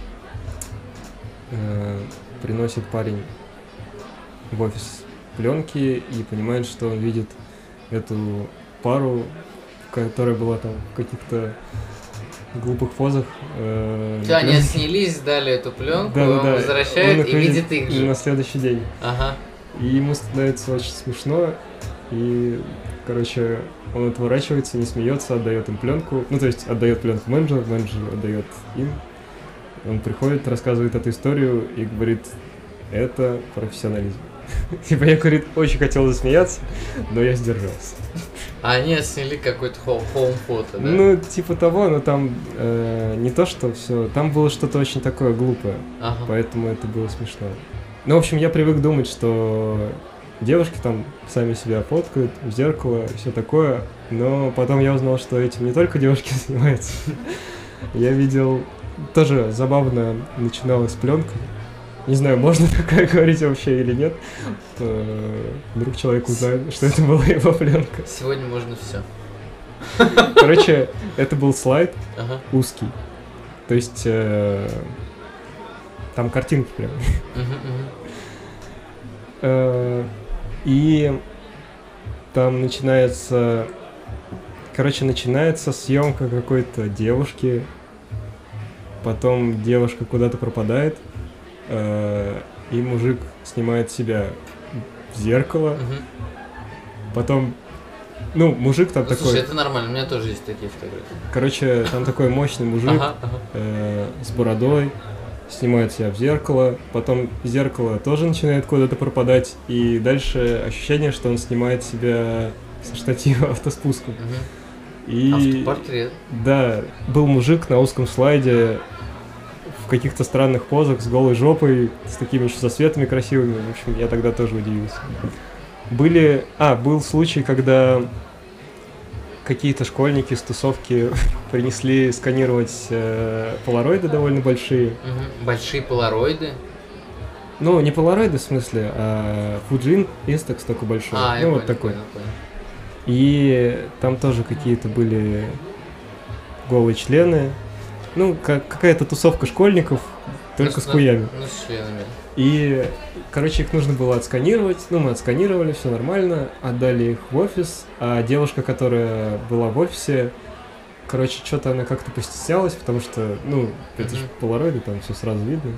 приносит парень в офис пленки и понимает, что он видит эту пару, которая была там в каких-то глупых позах.
Все, они снялись, дали эту пленку, он
Он
возвращает
их
и видит их же.
на следующий день.
Ага.
И ему становится очень смешно, и, короче, он отворачивается, не смеется, отдает им пленку, ну, то есть отдает пленку менеджеру, менеджер отдает им. Он приходит, рассказывает эту историю и говорит, это профессионализм. Типа я, говорит, очень хотел засмеяться, но я сдержался.
А они сняли какое-то хоум-фото, да?
Ну, типа того, но там не то, что все, там было что-то очень такое глупое,
Ага.
поэтому это было смешно. Ну, в общем, я привык думать, что девушки там сами себя фоткают в зеркало и все такое, но потом я узнал, что этим не только девушки занимаются. Я видел, тоже забавно начиналось с пленкой. Не знаю, можно такое говорить вообще или нет. Вдруг человек узнает, что это была его пленка.
Сегодня можно все.
Короче, это был слайд
Ага.
узкий. То есть там картинки прям. И там начинается съемка какой-то девушки, потом девушка куда-то пропадает, и мужик снимает себя в зеркало, потом, ну, мужик там
Ну,
такой,
слушай, это нормально, у меня тоже есть такие фотографии.
короче, там такой мощный мужик
Ага, ага.
с бородой, снимает себя в зеркало, потом зеркало тоже начинает куда-то пропадать, и дальше ощущение, что он снимает себя со штатива автоспуском. И
Автопортрет.
да, был мужик на узком слайде в каких-то странных позах с голой жопой, с такими еще засветами красивыми. В общем, я тогда тоже удивился. Был случай, когда какие-то школьники с тусовки принесли сканировать полароиды довольно большие.
Большие полароиды.
Ну, не полароиды в смысле, а Fujin Instax такой большой.
Я
ну,
понял,
вот такой.
понял.
И там тоже какие-то были голые члены. Ну, какая-то тусовка школьников, только с хуями.
Ну, с членами.
И, короче, их нужно было отсканировать. Ну, мы отсканировали, все нормально, отдали их в офис. А девушка, которая была в офисе, короче, что-то она как-то постеснялась, потому что, ну, это же полароиды, там все сразу видно.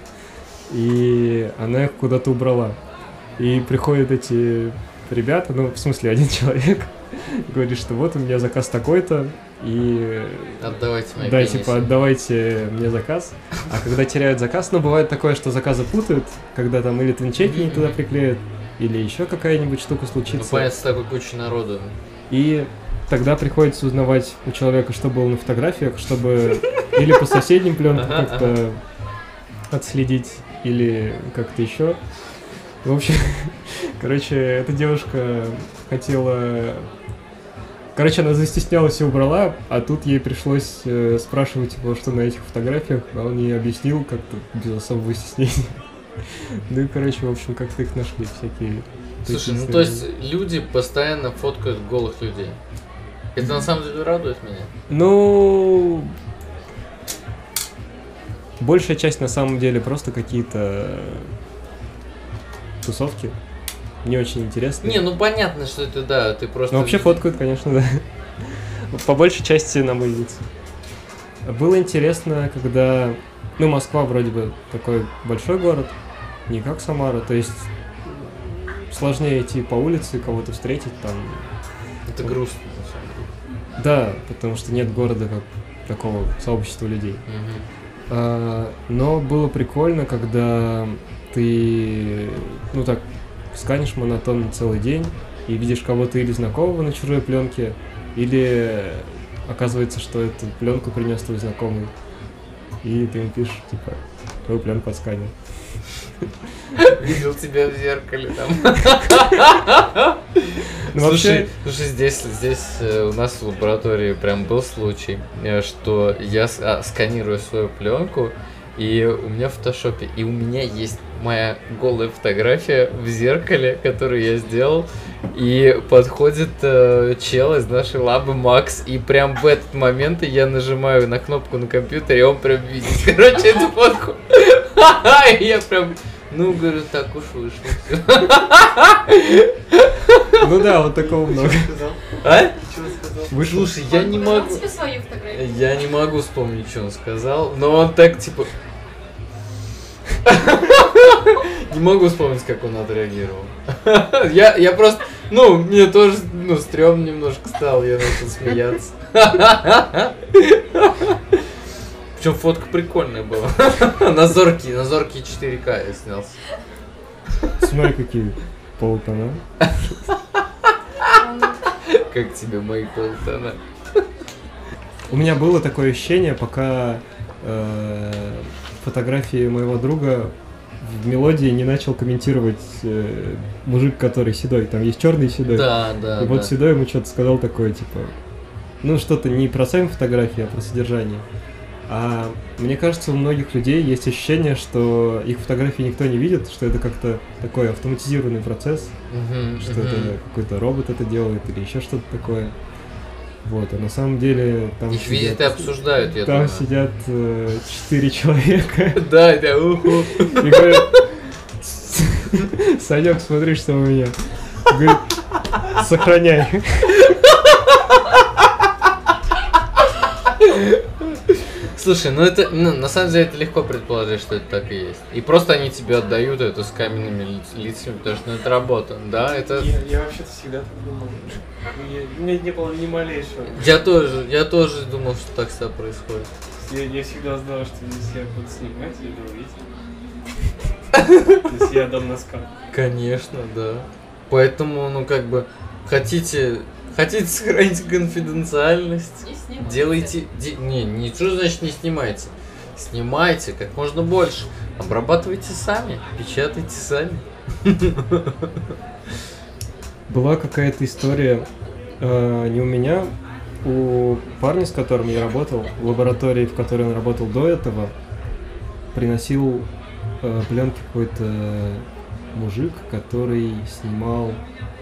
И она их куда-то убрала. И приходят эти ребята, ну, в смысле, один человек, говорит, что вот у меня заказ такой-то, и...
Отдавайте мои
Да,
пенисы.
типа, отдавайте мне заказ. А когда теряют заказ, ну, бывает такое, что заказы путают, когда там или твинчеки не туда приклеят, или еще какая-нибудь штука
Ну,
случится.
понятно, с такой кучей народу.
И тогда приходится узнавать у человека, что было на фотографиях, чтобы или по соседним пленкам как-то отследить, или как-то еще. В общем, короче, эта девушка хотела... Короче, она застеснялась и убрала, а тут ей пришлось спрашивать его, что на этих фотографиях, а он ей объяснил как-то без особого стеснения. Ну и, короче, в общем, как-то их нашли всякие...
Слушай, ну то есть люди постоянно фоткают голых людей. Это на самом деле радует меня.
Ну... Большая часть на самом деле просто какие-то тусовки. Не очень интересные.
Не, ну понятно, что это да, ты просто...
Но вообще фоткают, конечно, да. По большей части на мыльнице. Было интересно, когда... Ну, Москва вроде бы такой большой город, не как Самара, то есть сложнее идти по улице, кого-то встретить там.
Это грустно, на самом деле.
Да, потому что нет города как такого сообщества людей. Но было прикольно, когда ты, ну так, сканишь монотонно целый день и видишь кого-то или знакомого на чужой пленке, или оказывается, что эту пленку принес твой знакомый. И ты ему пишешь, типа, твою пленку отсканил.
Видел тебя в зеркале там. Слушай, здесь у нас в лаборатории прям был случай, что я сканирую свою пленку, и у меня в фотошопе, и у меня есть моя голая фотография в зеркале, которую я сделал, и подходит чел из нашей лабы Макс, и прям в этот момент я нажимаю на кнопку на компьютере, и он прям видит, короче, эту фотку. И я прям, ну, говорю, так уж вышло.
Ну да, вот такого много.
А?
Вышел.
Слушай, я не могу... Я не могу вспомнить, что он сказал, но он так, типа... Не могу вспомнить, как он отреагировал. Я просто... Ну, мне тоже, стрёмно немножко стало, я начал смеяться. Причем фотка прикольная была. На зоркие 4К я снялся.
Смотри, какие полутона.
Как тебе мои полутона?
У меня было такое ощущение, пока фотографии моего друга в мелодии не начал комментировать мужик, который седой. Там есть черный и седой.
Да.
И вот седой ему что-то сказал такое, типа, ну что-то не про сами фотографии, а про содержание. А мне кажется, у многих людей есть ощущение, что их фотографии никто не видит, что это как-то такой автоматизированный процесс, что это какой-то робот это делает или еще что-то такое. Вот, а на самом деле там
их видят и обсуждают, я
там
думаю.
сидят 4 человека.
Да, это уху.
И говорят, Санек, смотри, что у меня. Говорит, сохраняй.
Слушай, ну это, на самом деле это легко предположить, что это так и есть. И просто они тебе отдают это с каменными лицами, потому что это работа, да, это...
Я вообще-то всегда так думал. У меня не было ни малейшего.
Я тоже думал, что так всегда происходит.
Я всегда знал, что если я буду снимать, я буду видеть. Если я дам носка.
Конечно, да. Поэтому, хотите сохранить конфиденциальность? Делайте... Не, что значит не снимайте? Снимайте как можно больше. Обрабатывайте сами, печатайте сами.
Была какая-то история, не у меня, у парня, с которым я работал, в лаборатории, в которой он работал до этого, приносил пленки какой-то мужик, который снимал...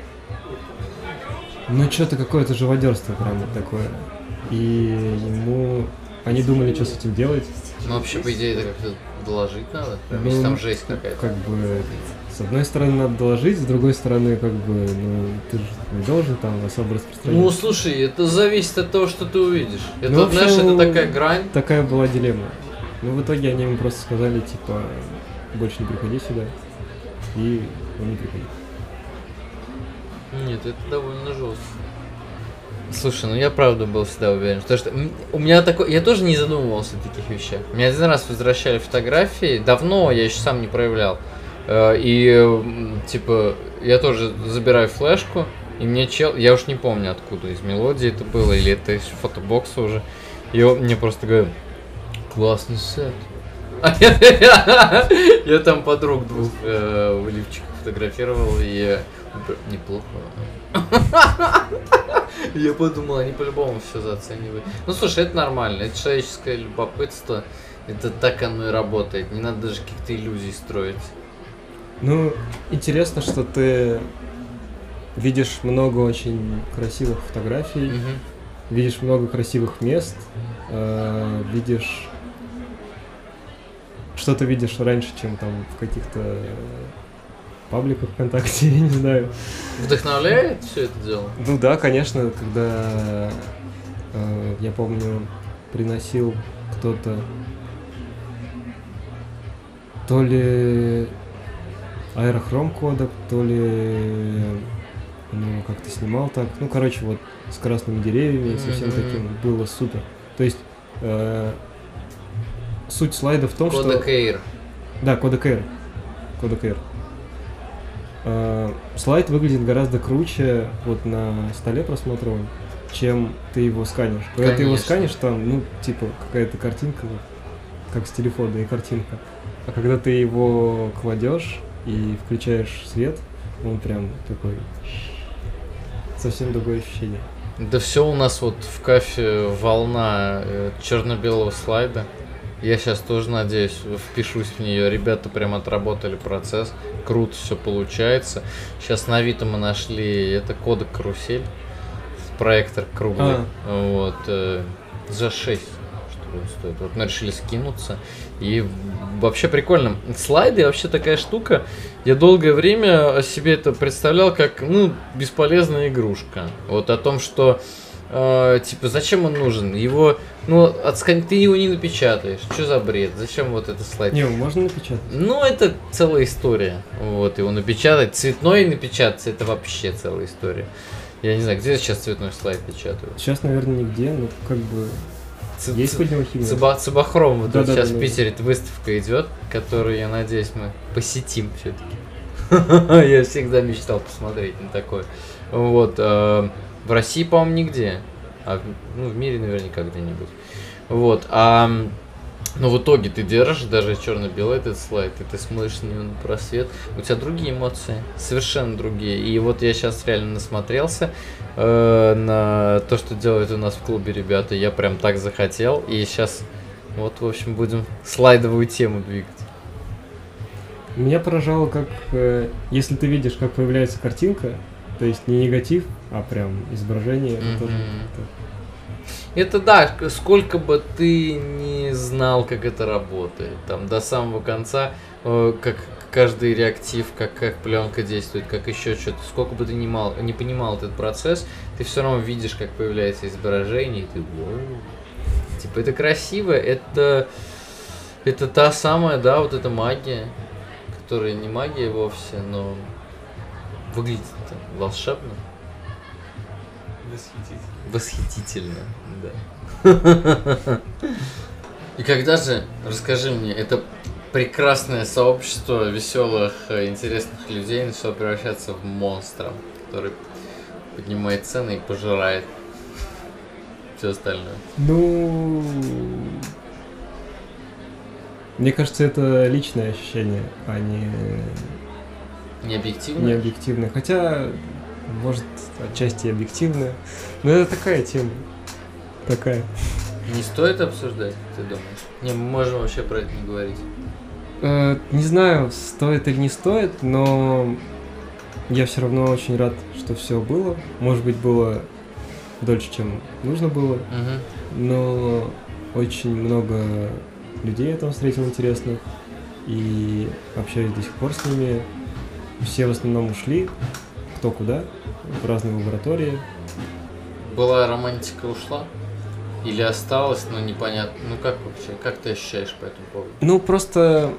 Ну, что-то какое-то живодерство прям вот такое. И они думали, что с этим делать.
Ну, вообще, по идее, это как-то доложить надо.
Ну,
если там жесть какая-то.
Как бы, с одной стороны, надо доложить, с другой стороны, как бы, ты же не должен там особо распространять.
Ну, слушай, это зависит от того, что ты увидишь. Это,
Ну,
знаешь, это такая грань.
Такая была дилемма. Ну, в итоге они ему просто сказали, типа, больше не приходи сюда. И он не приходил.
Нет, это довольно жестко. Слушай, я правда был всегда уверен, потому что у меня такой... Я тоже не задумывался о таких вещах. Мне один раз возвращали фотографии, давно, я еще сам не проявлял. И, я тоже забираю флешку, и мне я уж не помню откуда, из мелодии это было, или это из фотобокса уже. И он мне просто говорит, классный сет. Я там подруг двух в лифчиках фотографировал, и неплохо. Я подумал, они по-любому все заценивают. Ну слушай, это нормально, это человеческое любопытство, это так оно и работает, не надо даже каких-то иллюзий строить.
Ну, интересно, что ты видишь много очень красивых фотографий, видишь много красивых мест, видишь... Что-то видишь раньше, чем там в каких-то пабликах ВКонтакте, я не знаю.
Вдохновляет все это дело?
Ну да, конечно, когда, я помню, приносил кто-то то ли аэрохром кодек, то ли как-то снимал так. Ну, короче, вот с красными деревьями, совсем таким, было супер. То есть суть слайда в том, что...
Кодек Air.
Да, Кодек Air. Кодек Air. слайд выглядит гораздо круче вот на столе просмотровом, чем ты его сканишь. Когда ты его
Конечно.
сканишь, там, ну, типа, какая-то картинка, вот, как с телефона и картинка. А когда ты его кладешь и включаешь свет, он прям такой... Совсем другое ощущение.
Да все у нас вот в кафе волна черно-белого слайда. Я сейчас тоже, надеюсь, впишусь в нее. Ребята прям отработали процесс. Круто все получается. Сейчас на Авито мы нашли это кодек карусель. Проектор круглый. Вот. За 6 что ли он стоит. Вот мы решили скинуться. И вообще прикольно. Слайды вообще такая штука. Я долгое время себе это представлял как, ну, бесполезная игрушка. Вот о том, что типа, зачем он нужен? Его, ну, ты его не напечатаешь. Что за бред? Зачем вот этот слайд?
Не, можно напечатать.
Ну, это целая история. Вот, его напечатать. Цветной напечататься, это вообще целая история. Я не знаю, где сейчас цветной слайд печатают?
Сейчас, наверное, нигде, но как бы... Есть хоть него химия?
Цибахром. Вот
Да,
тут
да,
сейчас
да,
в
да.
Питере выставка идет, которую, я надеюсь, мы посетим все-таки. Я всегда мечтал посмотреть на такое. Вот. В России, по-моему, нигде. Ну, в мире наверняка где-нибудь. Вот. Но в итоге ты держишь даже черно-белый этот слайд, и ты смотришь на него на просвет. У тебя другие эмоции, совершенно другие. И вот я сейчас реально насмотрелся на то, что делают у нас в клубе ребята. Я прям так захотел. И сейчас вот, в общем, будем слайдовую тему двигать.
Меня поражало, как если ты видишь, как появляется картинка, то есть не негатив, а прям изображение, это тоже
Это да, сколько бы ты не знал, как это работает, там до самого конца, как каждый реактив, как пленка действует, как еще что-то, сколько бы ты не понимал этот процесс, ты все равно видишь, как появляется изображение, и ты воу. Типа это красиво, это та самая, да, вот эта магия, которая не магия вовсе, но выглядит волшебно. Восхитительно, да. И когда же, расскажи мне, это прекрасное сообщество веселых, интересных людей начало превращаться в монстра, который поднимает цены и пожирает все остальное?
Ну, мне кажется, это личное ощущение, а
Не объективно?
не объективное. Хотя, может, отчасти и объективное. Но это такая тема. Такая.
Не стоит обсуждать, ты думаешь? Не, мы можем вообще про это не говорить.
Не знаю, стоит или не стоит, но я все равно очень рад, что все было. Может быть, было дольше, чем нужно было, но очень много людей я там встретил интересных и общаюсь до сих пор с ними. Все в основном ушли, кто куда, в разные лаборатории.
Была романтика, ушла? Или осталась, но непонятно. Ну как вообще, как ты ощущаешь по этому поводу?
Ну, просто...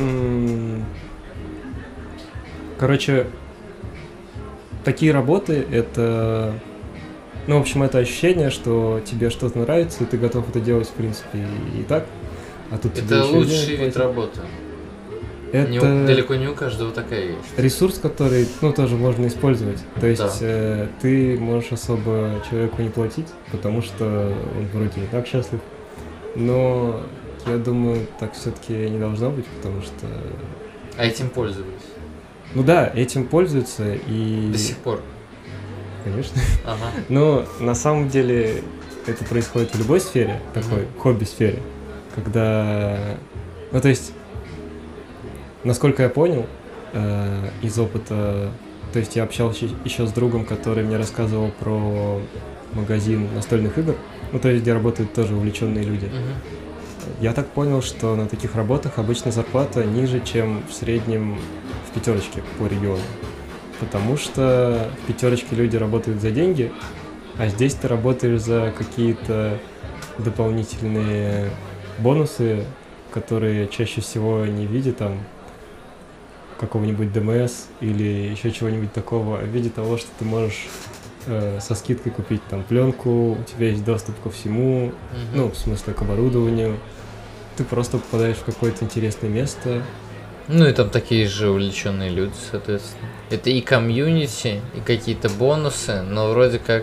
Короче, такие работы, это... Ну, в общем, это ощущение, что тебе что-то нравится, и ты готов это делать, в принципе, и так. А тут тебе
Это
еще
лучший
денег
вид
платят.
работы.
Это
Далеко не у каждого такая есть.
ресурс, который, ну, тоже можно использовать. То есть
Да.
ты можешь особо человеку не платить, потому что он вроде и так счастлив. Но я думаю, так все-таки не должно быть, потому что...
А этим пользовались?
Ну да, этим пользуются и...
До сих пор.
Конечно.
Ага.
Но на самом деле это происходит в любой сфере, такой хобби-сфере, когда... Ну, то есть, насколько я понял из опыта, то есть я общался еще с другом, который мне рассказывал про магазин настольных игр, ну, то есть, где работают тоже увлеченные люди. Я так понял, что на таких работах обычно зарплата ниже, чем в среднем в пятерочке по региону. Потому что в пятерочке люди работают за деньги, а здесь ты работаешь за какие-то дополнительные бонусы, которые чаще всего не в виде там какого-нибудь ДМС или еще чего-нибудь такого, а в виде того, что ты можешь со скидкой купить там пленку, у тебя есть доступ ко всему, ну, в смысле к оборудованию. Ты просто попадаешь в какое-то интересное место,
Ну и там такие же увлеченные люди, соответственно. Это и комьюнити, и какие-то бонусы, но вроде как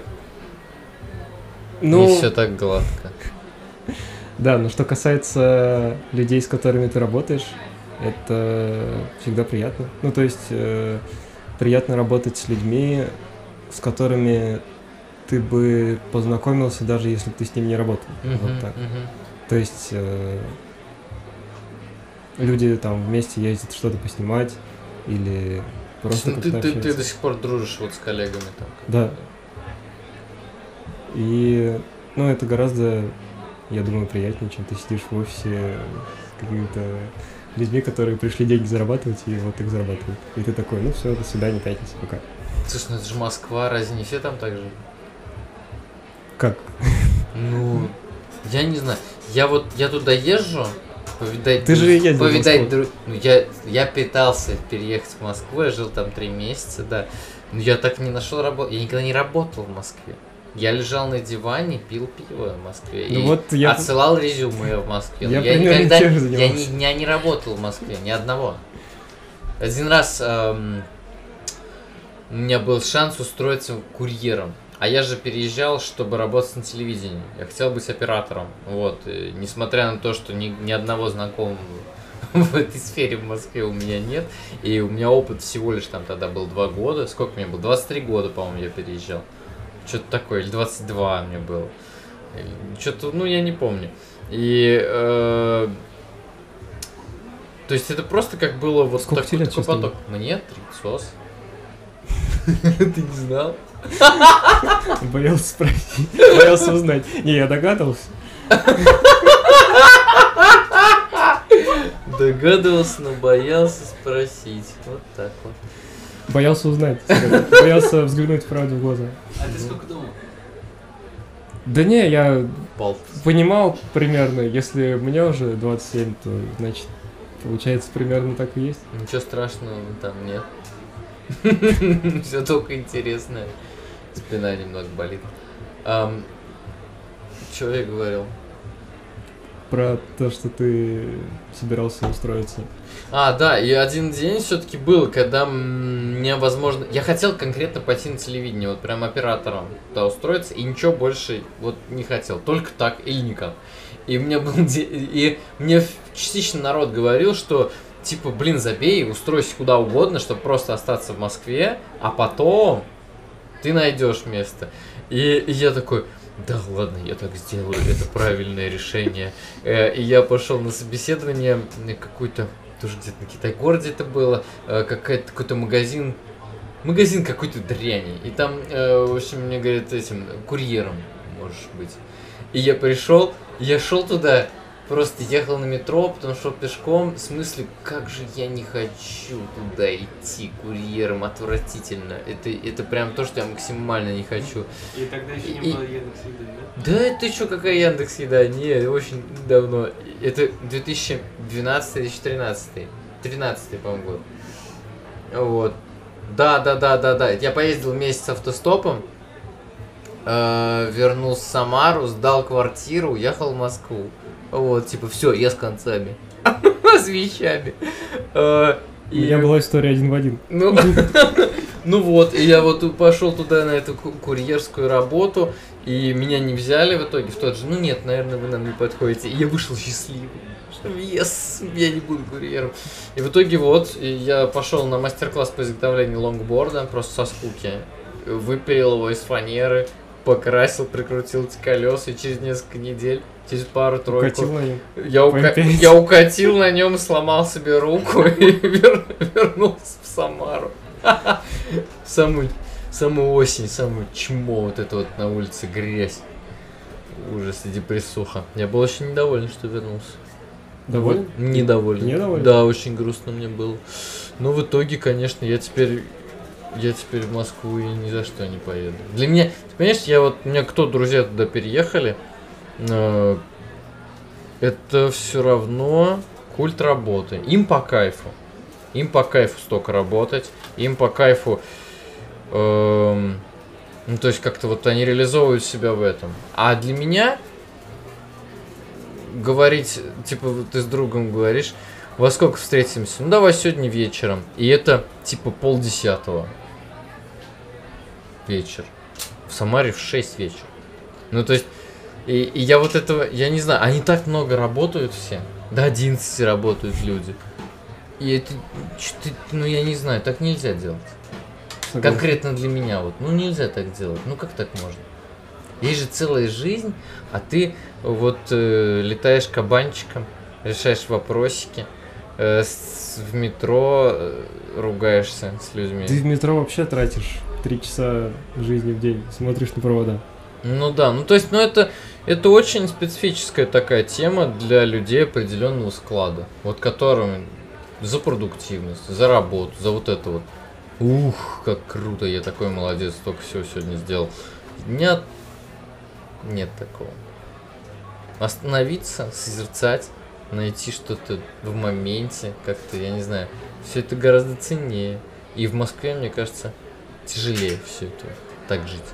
не все так гладко.
Да, но что касается людей, с которыми ты работаешь, это всегда приятно. Ну, то есть приятно работать с людьми, с которыми ты бы познакомился, даже если бы ты с ними не работал. Вот так. То есть люди там вместе ездят что-то поснимать или просто
Ну,
как-то
ты
общаются.
до сих пор дружишь вот с коллегами там.
Да. И, ну, это гораздо, я думаю, приятнее, чем ты сидишь в офисе с какими-то людьми, которые пришли деньги зарабатывать, и вот их зарабатывают. И ты такой, ну все, до свидания, пятница, пока.
Слушай, ну это же Москва, разве не все там так же?
Как?
Ну, я не знаю. Я туда езжу, повидать...
Ты же ездил в
повидать
Москву.
Ну, я пытался переехать в Москву, я жил там 3 месяца, да. Но я так и не нашел работу. Я никогда не работал в Москве. Я лежал на диване, пил пиво в Москве.
Ну
и
вот я...
отсылал резюме в Москве.
Я
Но я
примерно
никогда...
тем же
Я
занимался.
не работал в Москве, ни одного. Один раз у меня был шанс устроиться курьером. А я же переезжал, чтобы работать на телевидении. Я хотел быть оператором. Вот. И несмотря на то, что ни одного знакомого в этой сфере в Москве у меня нет. И у меня опыт всего лишь там тогда был 2 года. Сколько мне было? 23 года, по-моему, я переезжал. Что-то такое. Или 22 мне было. Что-то, ну, я не помню. И... то есть это просто как было вот
Сколько тебе лет,
такой
честно?
поток. Мне 30. Ты не знал?
Боялся спросить, боялся узнать. Не, я догадывался.
Догадывался, но боялся спросить. Вот так вот.
Боялся узнать. Боялся взглянуть правде в глаза.
А ты сколько думал?
Да не, я
Пал.
понимал примерно, если мне уже 27, то значит, получается, примерно так и есть.
Ничего страшного там нет. Все только интересное. Спина немного болит. Чего я говорил?
Про то, что ты собирался устроиться.
А, да, и один день все-таки был, когда мне, возможно... Я хотел конкретно пойти на телевидение, вот прям оператором туда устроиться, и ничего больше вот не хотел. Только так или никак. И у меня был и мне частично народ говорил, что типа, блин, забей, устройся куда угодно, чтобы просто остаться в Москве, а потом ты найдешь место. И я такой... Да ладно, я так сделаю, это правильное решение. И я пошел на собеседование какой-то, тоже где-то на Китай-городе это было, какой-то магазин какой-то дряни. И там, в общем, мне говорят, этим курьером можешь быть. И я пришел, я шел туда, просто ехал на метро, потом шел пешком. В смысле, как же я не хочу туда идти курьером, отвратительно. Это прям то, что я максимально не хочу.
И тогда еще не было Яндекс.Еды, да?
Да это что, какая Яндекс.Еда? Не, очень давно. Это 2012-2013. 13-й, по-моему, год. Вот. Да. Я поездил месяц автостопом, вернулся в Самару, сдал квартиру, уехал в Москву. Вот, типа, все, я с концами. С вещами.
У меня была история один в один.
Ну вот, и я вот пошел туда на эту курьерскую работу, и меня не взяли в итоге в тот же, ну нет, наверное, вы нам не подходите. И я вышел счастливый, что yes, я не буду курьером. И в итоге вот, я пошел на мастер-класс по изготовлению лонгборда, просто со скуки. Выпилил его из фанеры, покрасил, прикрутил эти колеса, и через несколько недель, через пару-тройку...
Укатил на нем.
Я укатил на нем, сломал себе руку и вернулся в Самару. Самую осень, самую чмо, вот это вот на улице грязь. Ужас и депрессуха. Я был очень недоволен, что вернулся.
Доволен?
Недоволен.
Недоволен?
Да, очень грустно мне было. Но в итоге, конечно, я теперь в Москву и ни за что не поеду. Для меня, ты понимаешь, у меня друзья туда переехали, это все равно культ работы. Им по кайфу. Им по кайфу столько работать. Им по кайфу... ну, то есть как-то вот они реализовывают себя в этом. А для меня говорить, типа, ты с другом говоришь, во сколько встретимся? Ну, давай сегодня вечером. И это типа 9:30 вечер. В Самаре в 6 вечера. Ну, то есть, и я вот этого, я не знаю, они так много работают все. До 11 работают люди. И это, ну, я не знаю, так нельзя делать.
Согласен.
Конкретно для меня вот. Ну, нельзя так делать. Ну, как так можно? Есть же целая жизнь, а ты вот летаешь кабанчиком, решаешь вопросики, в метро ругаешься с людьми.
Ты в метро вообще тратишь 3 часа жизни в день, смотришь на провода.
Ну да, ну то есть, ну это очень специфическая такая тема для людей определенного склада, вот которым за продуктивность, за работу, за вот это вот. Ух, как круто, я такой молодец, столько всего сегодня сделал. Нет такого. Остановиться, созерцать, найти что-то в моменте, как-то, я не знаю, все это гораздо ценнее. И в Москве, мне кажется, тяжелее все это так жить.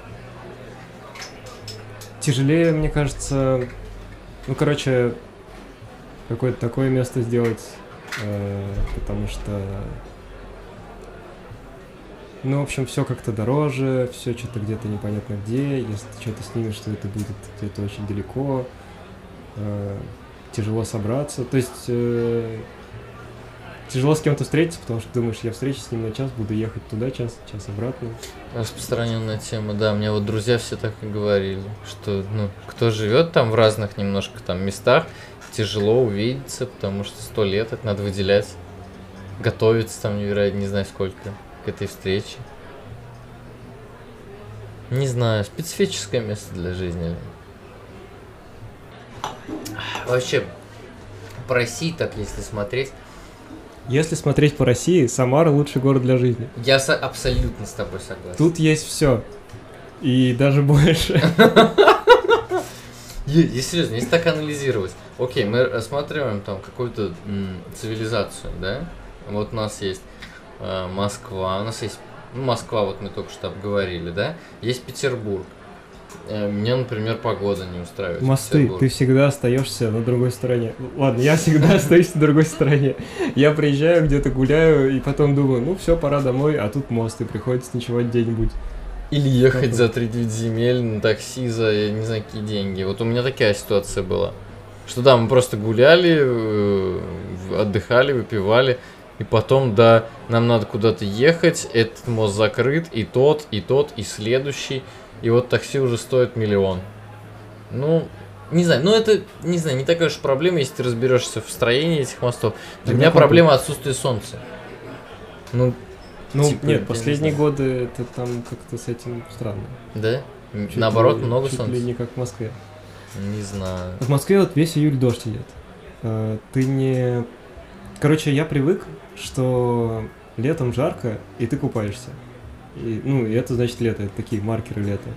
Тяжелее, мне кажется, ну, короче, какое-то такое место сделать, потому что, ну, в общем, все как-то дороже, все что-то где-то непонятно где, если ты что-то снимешь, то это будет где-то очень далеко, тяжело собраться, то есть тяжело с кем-то встретиться, потому что думаешь, я встречусь с ним на час, буду ехать туда час обратно.
Распространенная тема, да, мне вот друзья все так и говорили, что, ну, кто живет там в разных немножко там местах, тяжело увидеться, потому что 100 лет это надо выделять, готовиться там, невероятно, не знаю сколько к этой встрече. Не знаю, специфическое место для жизни. Вообще, по России так, если смотреть,
Если смотреть по России, Самара лучший город для жизни.
я абсолютно с тобой согласен.
Тут есть все. И даже больше.
И серьезно, если так анализировать, окей, мы рассматриваем там какую-то цивилизацию, да? Вот у нас есть Москва, у нас есть, ну, Москва, вот мы только что обговорили, да? Есть Петербург. Мне, например, погода не устраивает.
Мосты, ты всегда остаешься на другой стороне. Ладно, я всегда остаюсь на другой стороне. Я приезжаю, где-то гуляю, и потом думаю, ну все, пора домой, а тут мост, и приходится ночевать где-нибудь.
Или ехать за 3-9 земель на такси за, я не знаю, какие деньги. Вот у меня такая ситуация была. Что да, мы просто гуляли, отдыхали, выпивали, и потом, да, нам надо куда-то ехать, этот мост закрыт, и тот, и следующий. И вот такси уже стоит 1 000 000. Ну, не знаю, ну это, не знаю, не такая уж проблема, если ты разберешься в строении этих мостов. Для меня проблема отсутствие солнца. Ну, типа,
нет, последние годы это там как-то с этим странно.
Да? Наоборот, много
чуть
солнца.
ли не как в Москве.
Не знаю.
В Москве вот весь июль дождь идет. Ты не... Короче, я привык, что летом жарко, и ты купаешься. И это значит лето, это такие маркеры лета.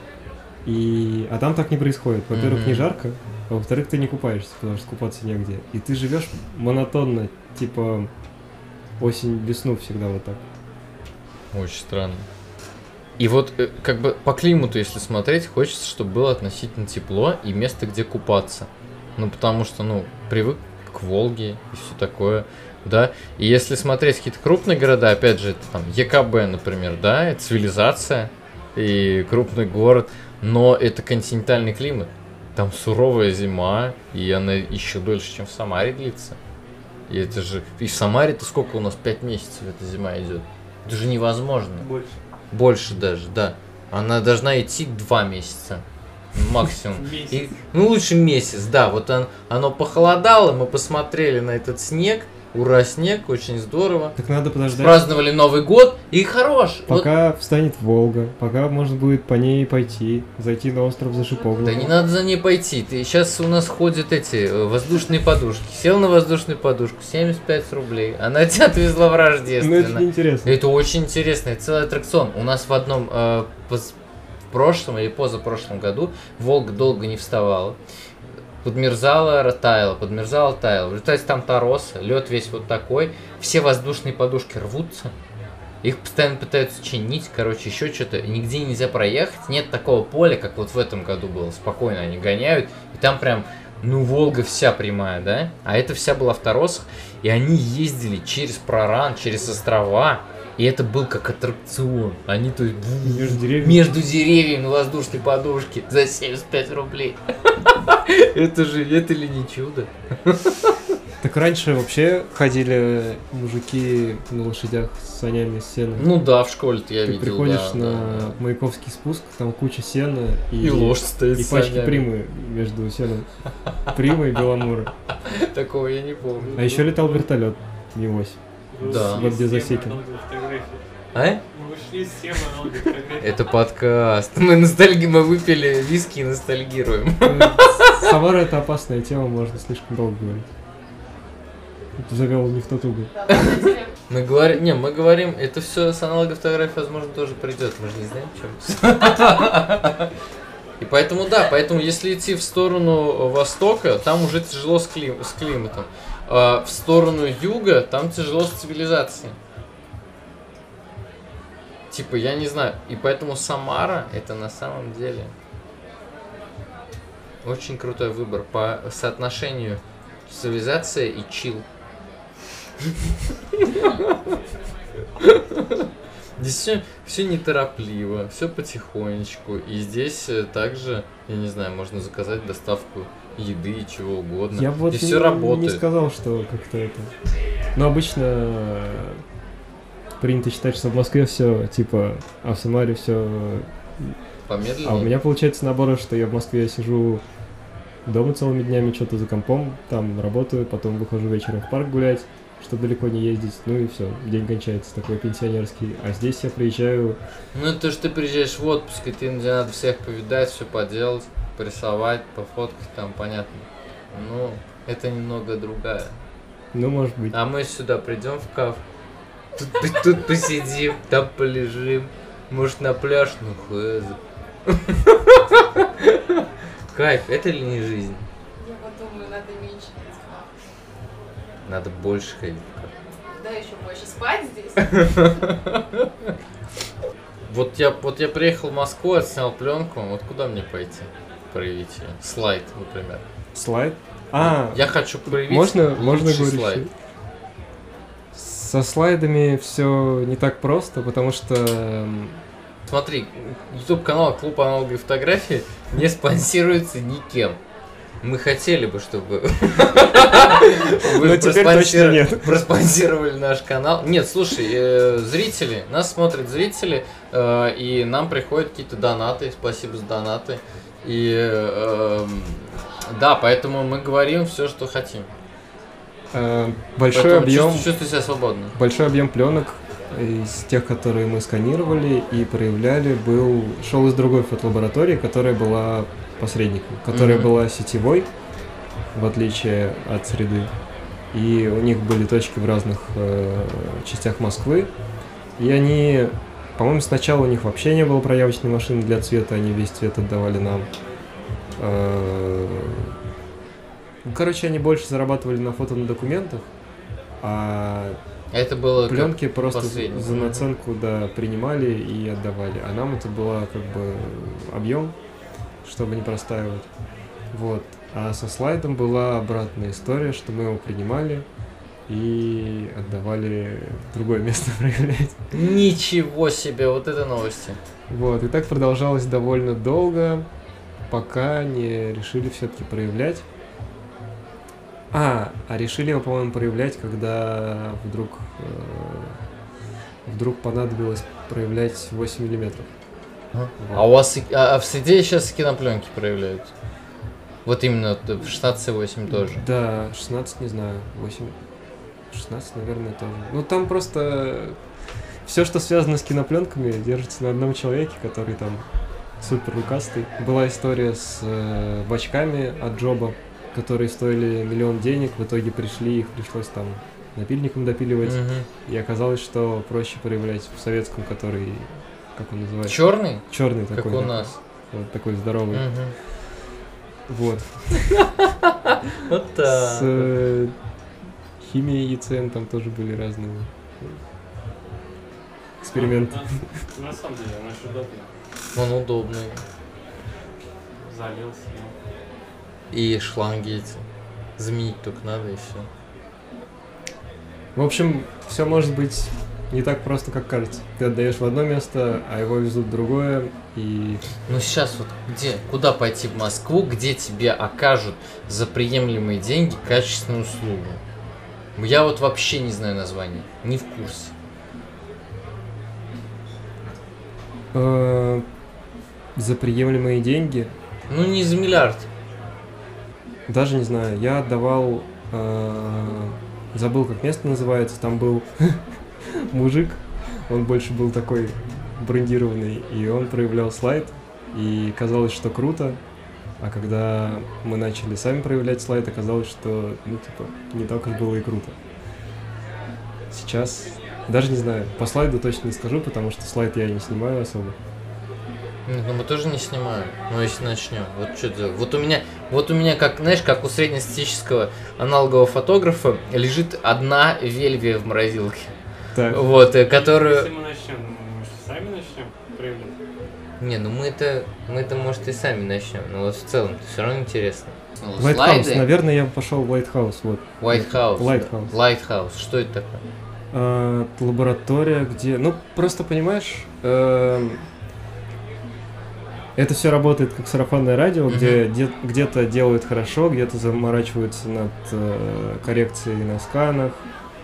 А там так не происходит. Во-первых, не жарко, а во-вторых, ты не купаешься, потому что купаться негде. И ты живешь монотонно, типа осень-весну всегда вот так.
Очень странно. И вот как бы по климату, если смотреть, хочется, чтобы было относительно тепло и место, где купаться. Ну, потому что, ну, привык к Волге и все такое, да. И если смотреть какие-то крупные города, опять же, это там ЕКБ, например, да, это цивилизация и крупный город, но это континентальный климат. Там суровая зима, и она еще дольше, чем в Самаре длится. И это же... И в Самаре-то сколько у нас? 5 месяцев эта зима идет. Это же невозможно.
Больше.
Больше даже, да. Она должна идти 2 месяца. Максимум.
Месяц.
Ну, лучше месяц, да. Вот оно похолодало, мы посмотрели на этот снег. Ура, снег, очень здорово.
Так надо подождать.
Праздновали Новый год, и хорош.
Пока встанет Волга, пока можно будет по ней пойти, зайти на остров Зашиповло.
Да не надо за ней пойти. Сейчас у нас ходят эти воздушные подушки. Сел на воздушную подушку, 75 рублей. Она тебя отвезла в
Ну это
Рождественно.
неинтересно.
Это очень интересно, это целый аттракцион. У нас в одном в прошлом или позапрошлом году Волга долго не вставала. Подмерзала, таяла, подмерзала, таяла. В результате там торос, лед весь вот такой. Все воздушные подушки рвутся. Их постоянно пытаются чинить, короче, еще что-то. Нигде нельзя проехать. Нет такого поля, как вот в этом году было. Спокойно они гоняют. И там прям Ну, Волга вся прямая, да? А это вся была в торосах. И они ездили через Проран, через острова. И это был как аттракцион. Они то есть между деревьями на воздушной подушке за 75 рублей. Это ли не чудо?
Так раньше вообще ходили мужики на лошадях с санями с сеном.
Ну да, в школе-то я
Ты
видел.
приходишь на Маяковский спуск, там куча сена
и лошадь стоит
и
с
пачки
санями.
примы между сеном. Примы и Беломора.
Такого я не помню.
А еще летал вертолет, Ми-8.
Да.
Вот где Засекин.
А?
Мы шли с Семой аналоговой фотографии.
Это подкаст. Мы выпили виски и ностальгируем.
Самара — это опасная тема, можно слишком долго говорить. Ты завел не в тот угол.
Мы говорим, это все с аналоговой фотографией, возможно, тоже придет. Мы же не знаем, чем. И поэтому, если идти в сторону востока, там уже тяжело с климатом. А в сторону юга, там тяжело с цивилизацией. Типа, я не знаю. И поэтому Самара это на самом деле очень крутой выбор по соотношению цивилизация и чил. Здесь все неторопливо, все потихонечку. И здесь также, я не знаю, можно заказать доставку еды и чего угодно.
Я вот
все работает.
Не сказал, что как-то это. Но обычно принято считать, что в Москве все типа, а в Самаре все
помедленнее.
А у меня получается наоборот, что я в Москве сижу дома целыми днями, что-то за компом, там работаю, потом выхожу вечером в парк гулять, чтобы далеко не ездить, ну и все, день кончается такой пенсионерский. А здесь я приезжаю...
Ну это ж ты приезжаешь в отпуск, и тебе надо всех повидать, все поделать, порисовать, пофоткать, там понятно. Ну, это немного другая.
Ну, может быть.
А мы сюда придем в кафе, тут посидим, там полежим, может на пляж, ну хуй. Кайф, это ли не жизнь?
Я вот думаю, надо меньше ходить в кафе.
Надо больше ходить в кафе.
Да, еще больше спать здесь.
Вот я приехал в Москву, отснял пленку, вот куда мне пойти? Проявить ее. Слайд, например.
Слайд?
Я хочу проявить
можно
лучший
говорить?
слайд.
Со слайдами все не так просто, потому что...
Смотри, YouTube-канал Клуб аналоговой фотографии не спонсируется никем. Мы хотели бы, чтобы
вы
проспонсировали наш канал. Нет, слушай, зрители, нас смотрят зрители, и нам приходят какие-то донаты. Спасибо за донаты. И да, поэтому мы говорим все, что хотим.
Большой объем.
Чувствуй себя свободно.
Большой объем пленок из тех, которые мы сканировали и проявляли, шел из другой фотолаборатории, которая была посредником, которая была сетевой, в отличие от среды. И у них были точки в разных частях Москвы. И они, по-моему, сначала у них вообще не было проявочной машины для цвета, они весь цвет отдавали нам. Короче, они больше зарабатывали на фото на документах, а
это было
пленки просто за наценку, да, принимали и отдавали. А нам это было как бы объем, чтобы не простаивать. Вот. А со слайдом была обратная история, что мы его принимали и отдавали в другое место проявлять.
Ничего себе, вот это новости.
Вот. И так продолжалось довольно долго, пока не решили все-таки проявлять. А решили его, по-моему, проявлять, когда вдруг понадобилось проявлять 8 миллиметров.
Вот. А у вас в среде сейчас кинопленки проявляют? Вот именно в 16-8 тоже?
Да, 16 не знаю, 8... 16, наверное, тоже. Ну там просто все, что связано с кинопленками, держится на одном человеке, который там супер рукастый. Была история с бачками от Джоба, которые стоили миллион денег, в итоге их пришлось там напильником допиливать, и оказалось, что проще проявлять в советском, который, как он называется?
Черный?
Черный такой.
Как у нас.
Вот такой здоровый. Вот.
Вот так.
С химией и ЦН там тоже были разные эксперименты.
На самом деле, он очень удобный.
Он удобный.
Залил, съел.
И шланги эти. Заменить только надо, и все.
В общем, все может быть не так просто, как кажется. Ты отдаешь в одно место, а его везут в другое, и...
Ну сейчас вот куда пойти в Москву, где тебе окажут за приемлемые деньги качественную услугу? Я вот вообще не знаю названия, не в курсе.
За приемлемые деньги?
Ну не за миллиард.
Даже не знаю. Я отдавал... Забыл, как место называется. Там был мужик. Он больше был такой брендированный. И он проявлял слайд. И казалось, что круто. А когда мы начали сами проявлять слайд, оказалось, что, ну, типа, не так уж было и круто. Сейчас... Даже не знаю. По слайду точно не скажу, потому что слайд я и не снимаю особо.
Ну, мы тоже не снимаем. Ну, если начнем. Вот что делать? Вот у меня, как, знаешь, как у среднестатистического аналогового фотографа лежит одна вельвия в морозилке.
Так.
Вот, которую...
Если мы начнем, мы сами начнем проявлять.
Не, ну мы это может и сами начнем. Но вот в целом все равно интересно.
Лайтхаус. Наверное, я пошел в Лайтхаус. Вот.
Лайтхаус.
Лайтхаус.
Лайтхаус. Что это такое?
Лаборатория, где... Ну, просто понимаешь... Это все работает как сарафанное радио, где где-то делают хорошо, где-то заморачиваются над коррекцией на сканах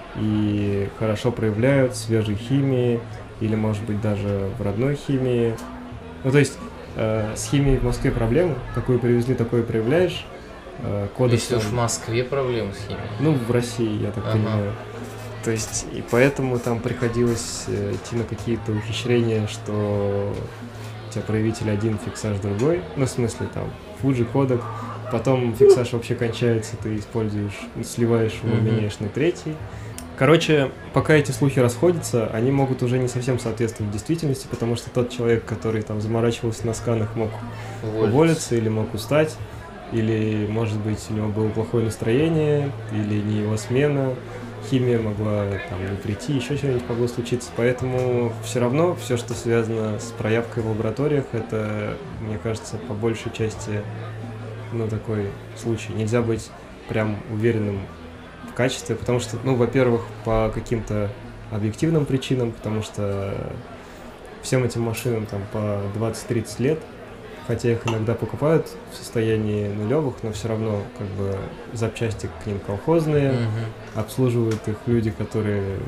и хорошо проявляют свежей химии или, может быть, даже в родной химии. Ну, то есть с химией в Москве проблемы, какую привезли, такое проявляешь.
Если уж в Москве проблемы с химией.
Ну, в России, я так понимаю. То есть, и поэтому там приходилось идти на какие-то ухищрения, что... У тебя проявитель один, фиксаж другой. Ну, в смысле, там, Fuji, кодек. Потом фиксаж вообще кончается, ты используешь, сливаешь его, меняешь на третий. Короче, пока эти слухи расходятся, они могут уже не совсем соответствовать действительности, потому что тот человек, который там заморачивался на сканах, мог уволиться или мог устать, или, может быть, у него было плохое настроение, или не его смена. Химия могла там не прийти, еще что-нибудь могло случиться, поэтому все равно все, что связано с проявкой в лабораториях, это, мне кажется, по большей части, ну, такой случай. Нельзя быть прям уверенным в качестве, потому что, ну, во-первых, по каким-то объективным причинам, потому что всем этим машинам там по 20-30 лет, хотя их иногда покупают в состоянии нулевых, но все равно как бы запчасти к ним колхозные, обслуживают их люди, которые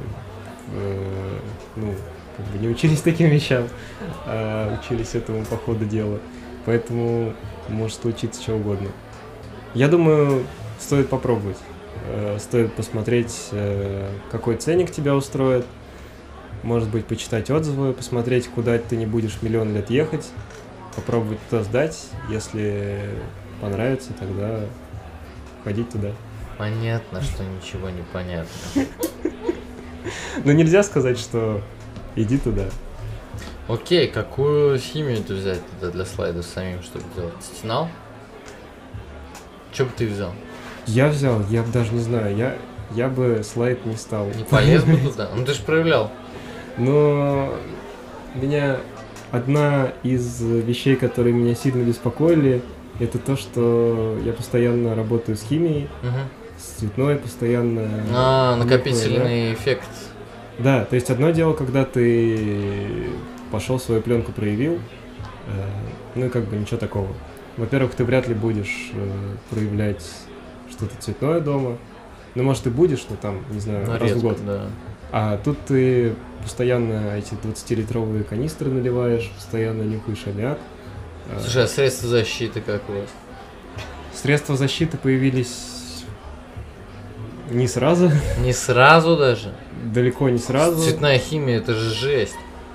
ну, как бы не учились таким вещам, а учились этому по ходу дела. Поэтому может случиться что угодно. Я думаю, стоит попробовать. Стоит посмотреть, какой ценник тебя устроит. Может быть, почитать отзывы, посмотреть, куда ты не будешь миллион лет ехать. Попробовать туда сдать, если понравится, тогда ходить туда.
Понятно, что ничего не понятно.
Но нельзя сказать, что иди туда.
Окей, какую химию ты взять тогда для слайда самим, чтобы делать? Стенал? Что бы ты взял?
Я взял, я даже не знаю, я бы слайд не стал.
Не полез бы туда? Ну ты же проявлял.
Но меня... Одна из вещей, которые меня сильно беспокоили, это то, что я постоянно работаю с химией, с цветной постоянно...
накопительный эффект.
Да, то есть одно дело, когда ты пошел свою пленку проявил, ну и как бы ничего такого. Во-первых, ты вряд ли будешь проявлять что-то цветное дома. Ну, может, и будешь, но там, не знаю, раз в год.
Да.
А тут ты постоянно эти 20-литровые канистры наливаешь, постоянно нюхаешь аммиак.
Слушай, а средства защиты как у вас?
Средства защиты появились не сразу.
Не сразу даже?
Далеко не сразу.
Цветная химия, это же жесть.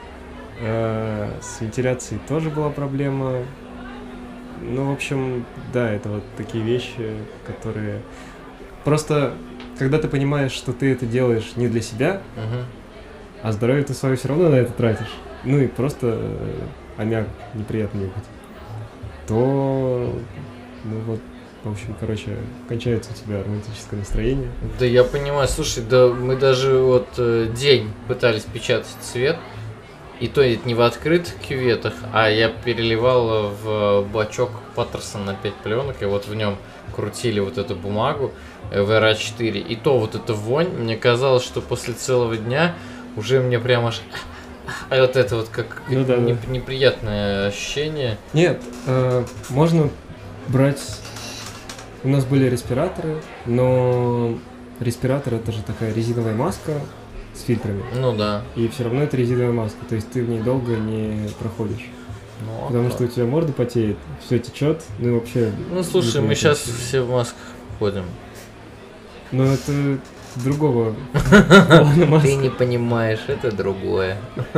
С вентиляцией тоже была проблема. Ну, в общем, да, это вот такие вещи, которые... Просто, когда ты понимаешь, что ты это делаешь не для себя, а здоровье ты свое все равно на это тратишь, ну и просто аммиак неприятно нюхать, то, ну вот, в общем, короче, кончается у тебя романтическое настроение.
Да я понимаю, слушай, да мы даже вот день пытались печатать цвет, И то это не в открытых кюветах, а я переливал в бачок Паттерсон на 5 пленок, и вот в нем крутили вот эту бумагу ВРА-4. И то вот эта вонь, мне казалось, что после целого дня уже мне прям аж... А вот это вот как неприятное ощущение.
Нет, можно брать... У нас были респираторы, но респиратор это же такая резиновая маска с фильтрами.
Ну да.
И все равно это резиновая маска, то есть ты в ней долго не проходишь.
Ну,
потому что у тебя морда потеет, все течет, ну и вообще...
Ну слушай, мы сейчас все в масках ходим.
Но это другого.
Ты не понимаешь, это другое.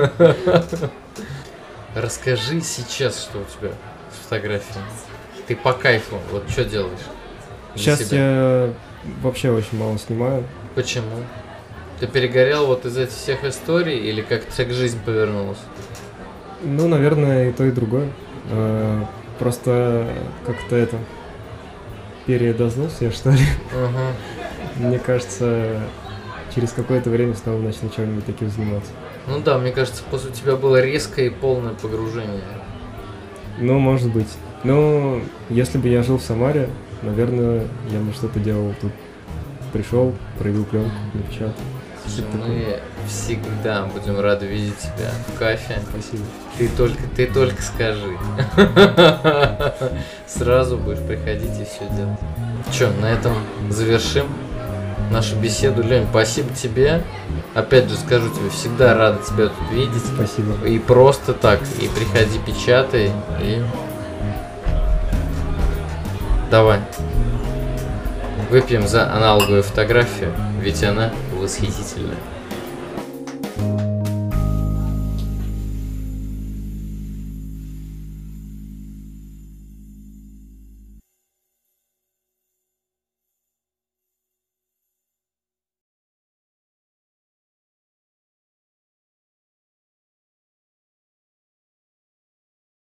Расскажи сейчас, что у тебя с фотографией. Ты по кайфу, вот что делаешь?
Сейчас я вообще очень мало снимаю.
Почему? Ты перегорел вот из этих всех историй или как-то так жизнь повернулась?
Ну, наверное, и то, и другое. Просто как-то это... передознулся я, что ли. Мне кажется, через какое-то время снова начну чем-нибудь таким заниматься.
Ну да, мне кажется, после тебя было резкое и полное погружение.
Ну, может быть. Ну, если бы я жил в Самаре, наверное, я бы что-то делал тут. Пришел, проявил пленку, напечатал.
Мы всегда будем рады видеть тебя в кафе.
Спасибо.
Ты только скажи. Сразу будешь приходить и все делать. Че, на этом завершим нашу беседу. Лень, спасибо тебе. Опять же скажу тебе, всегда рада тебя тут видеть.
Спасибо.
И просто так. И приходи, печатай. И... Давай. Выпьем за аналоговую фотографию, ведь она восхитительная.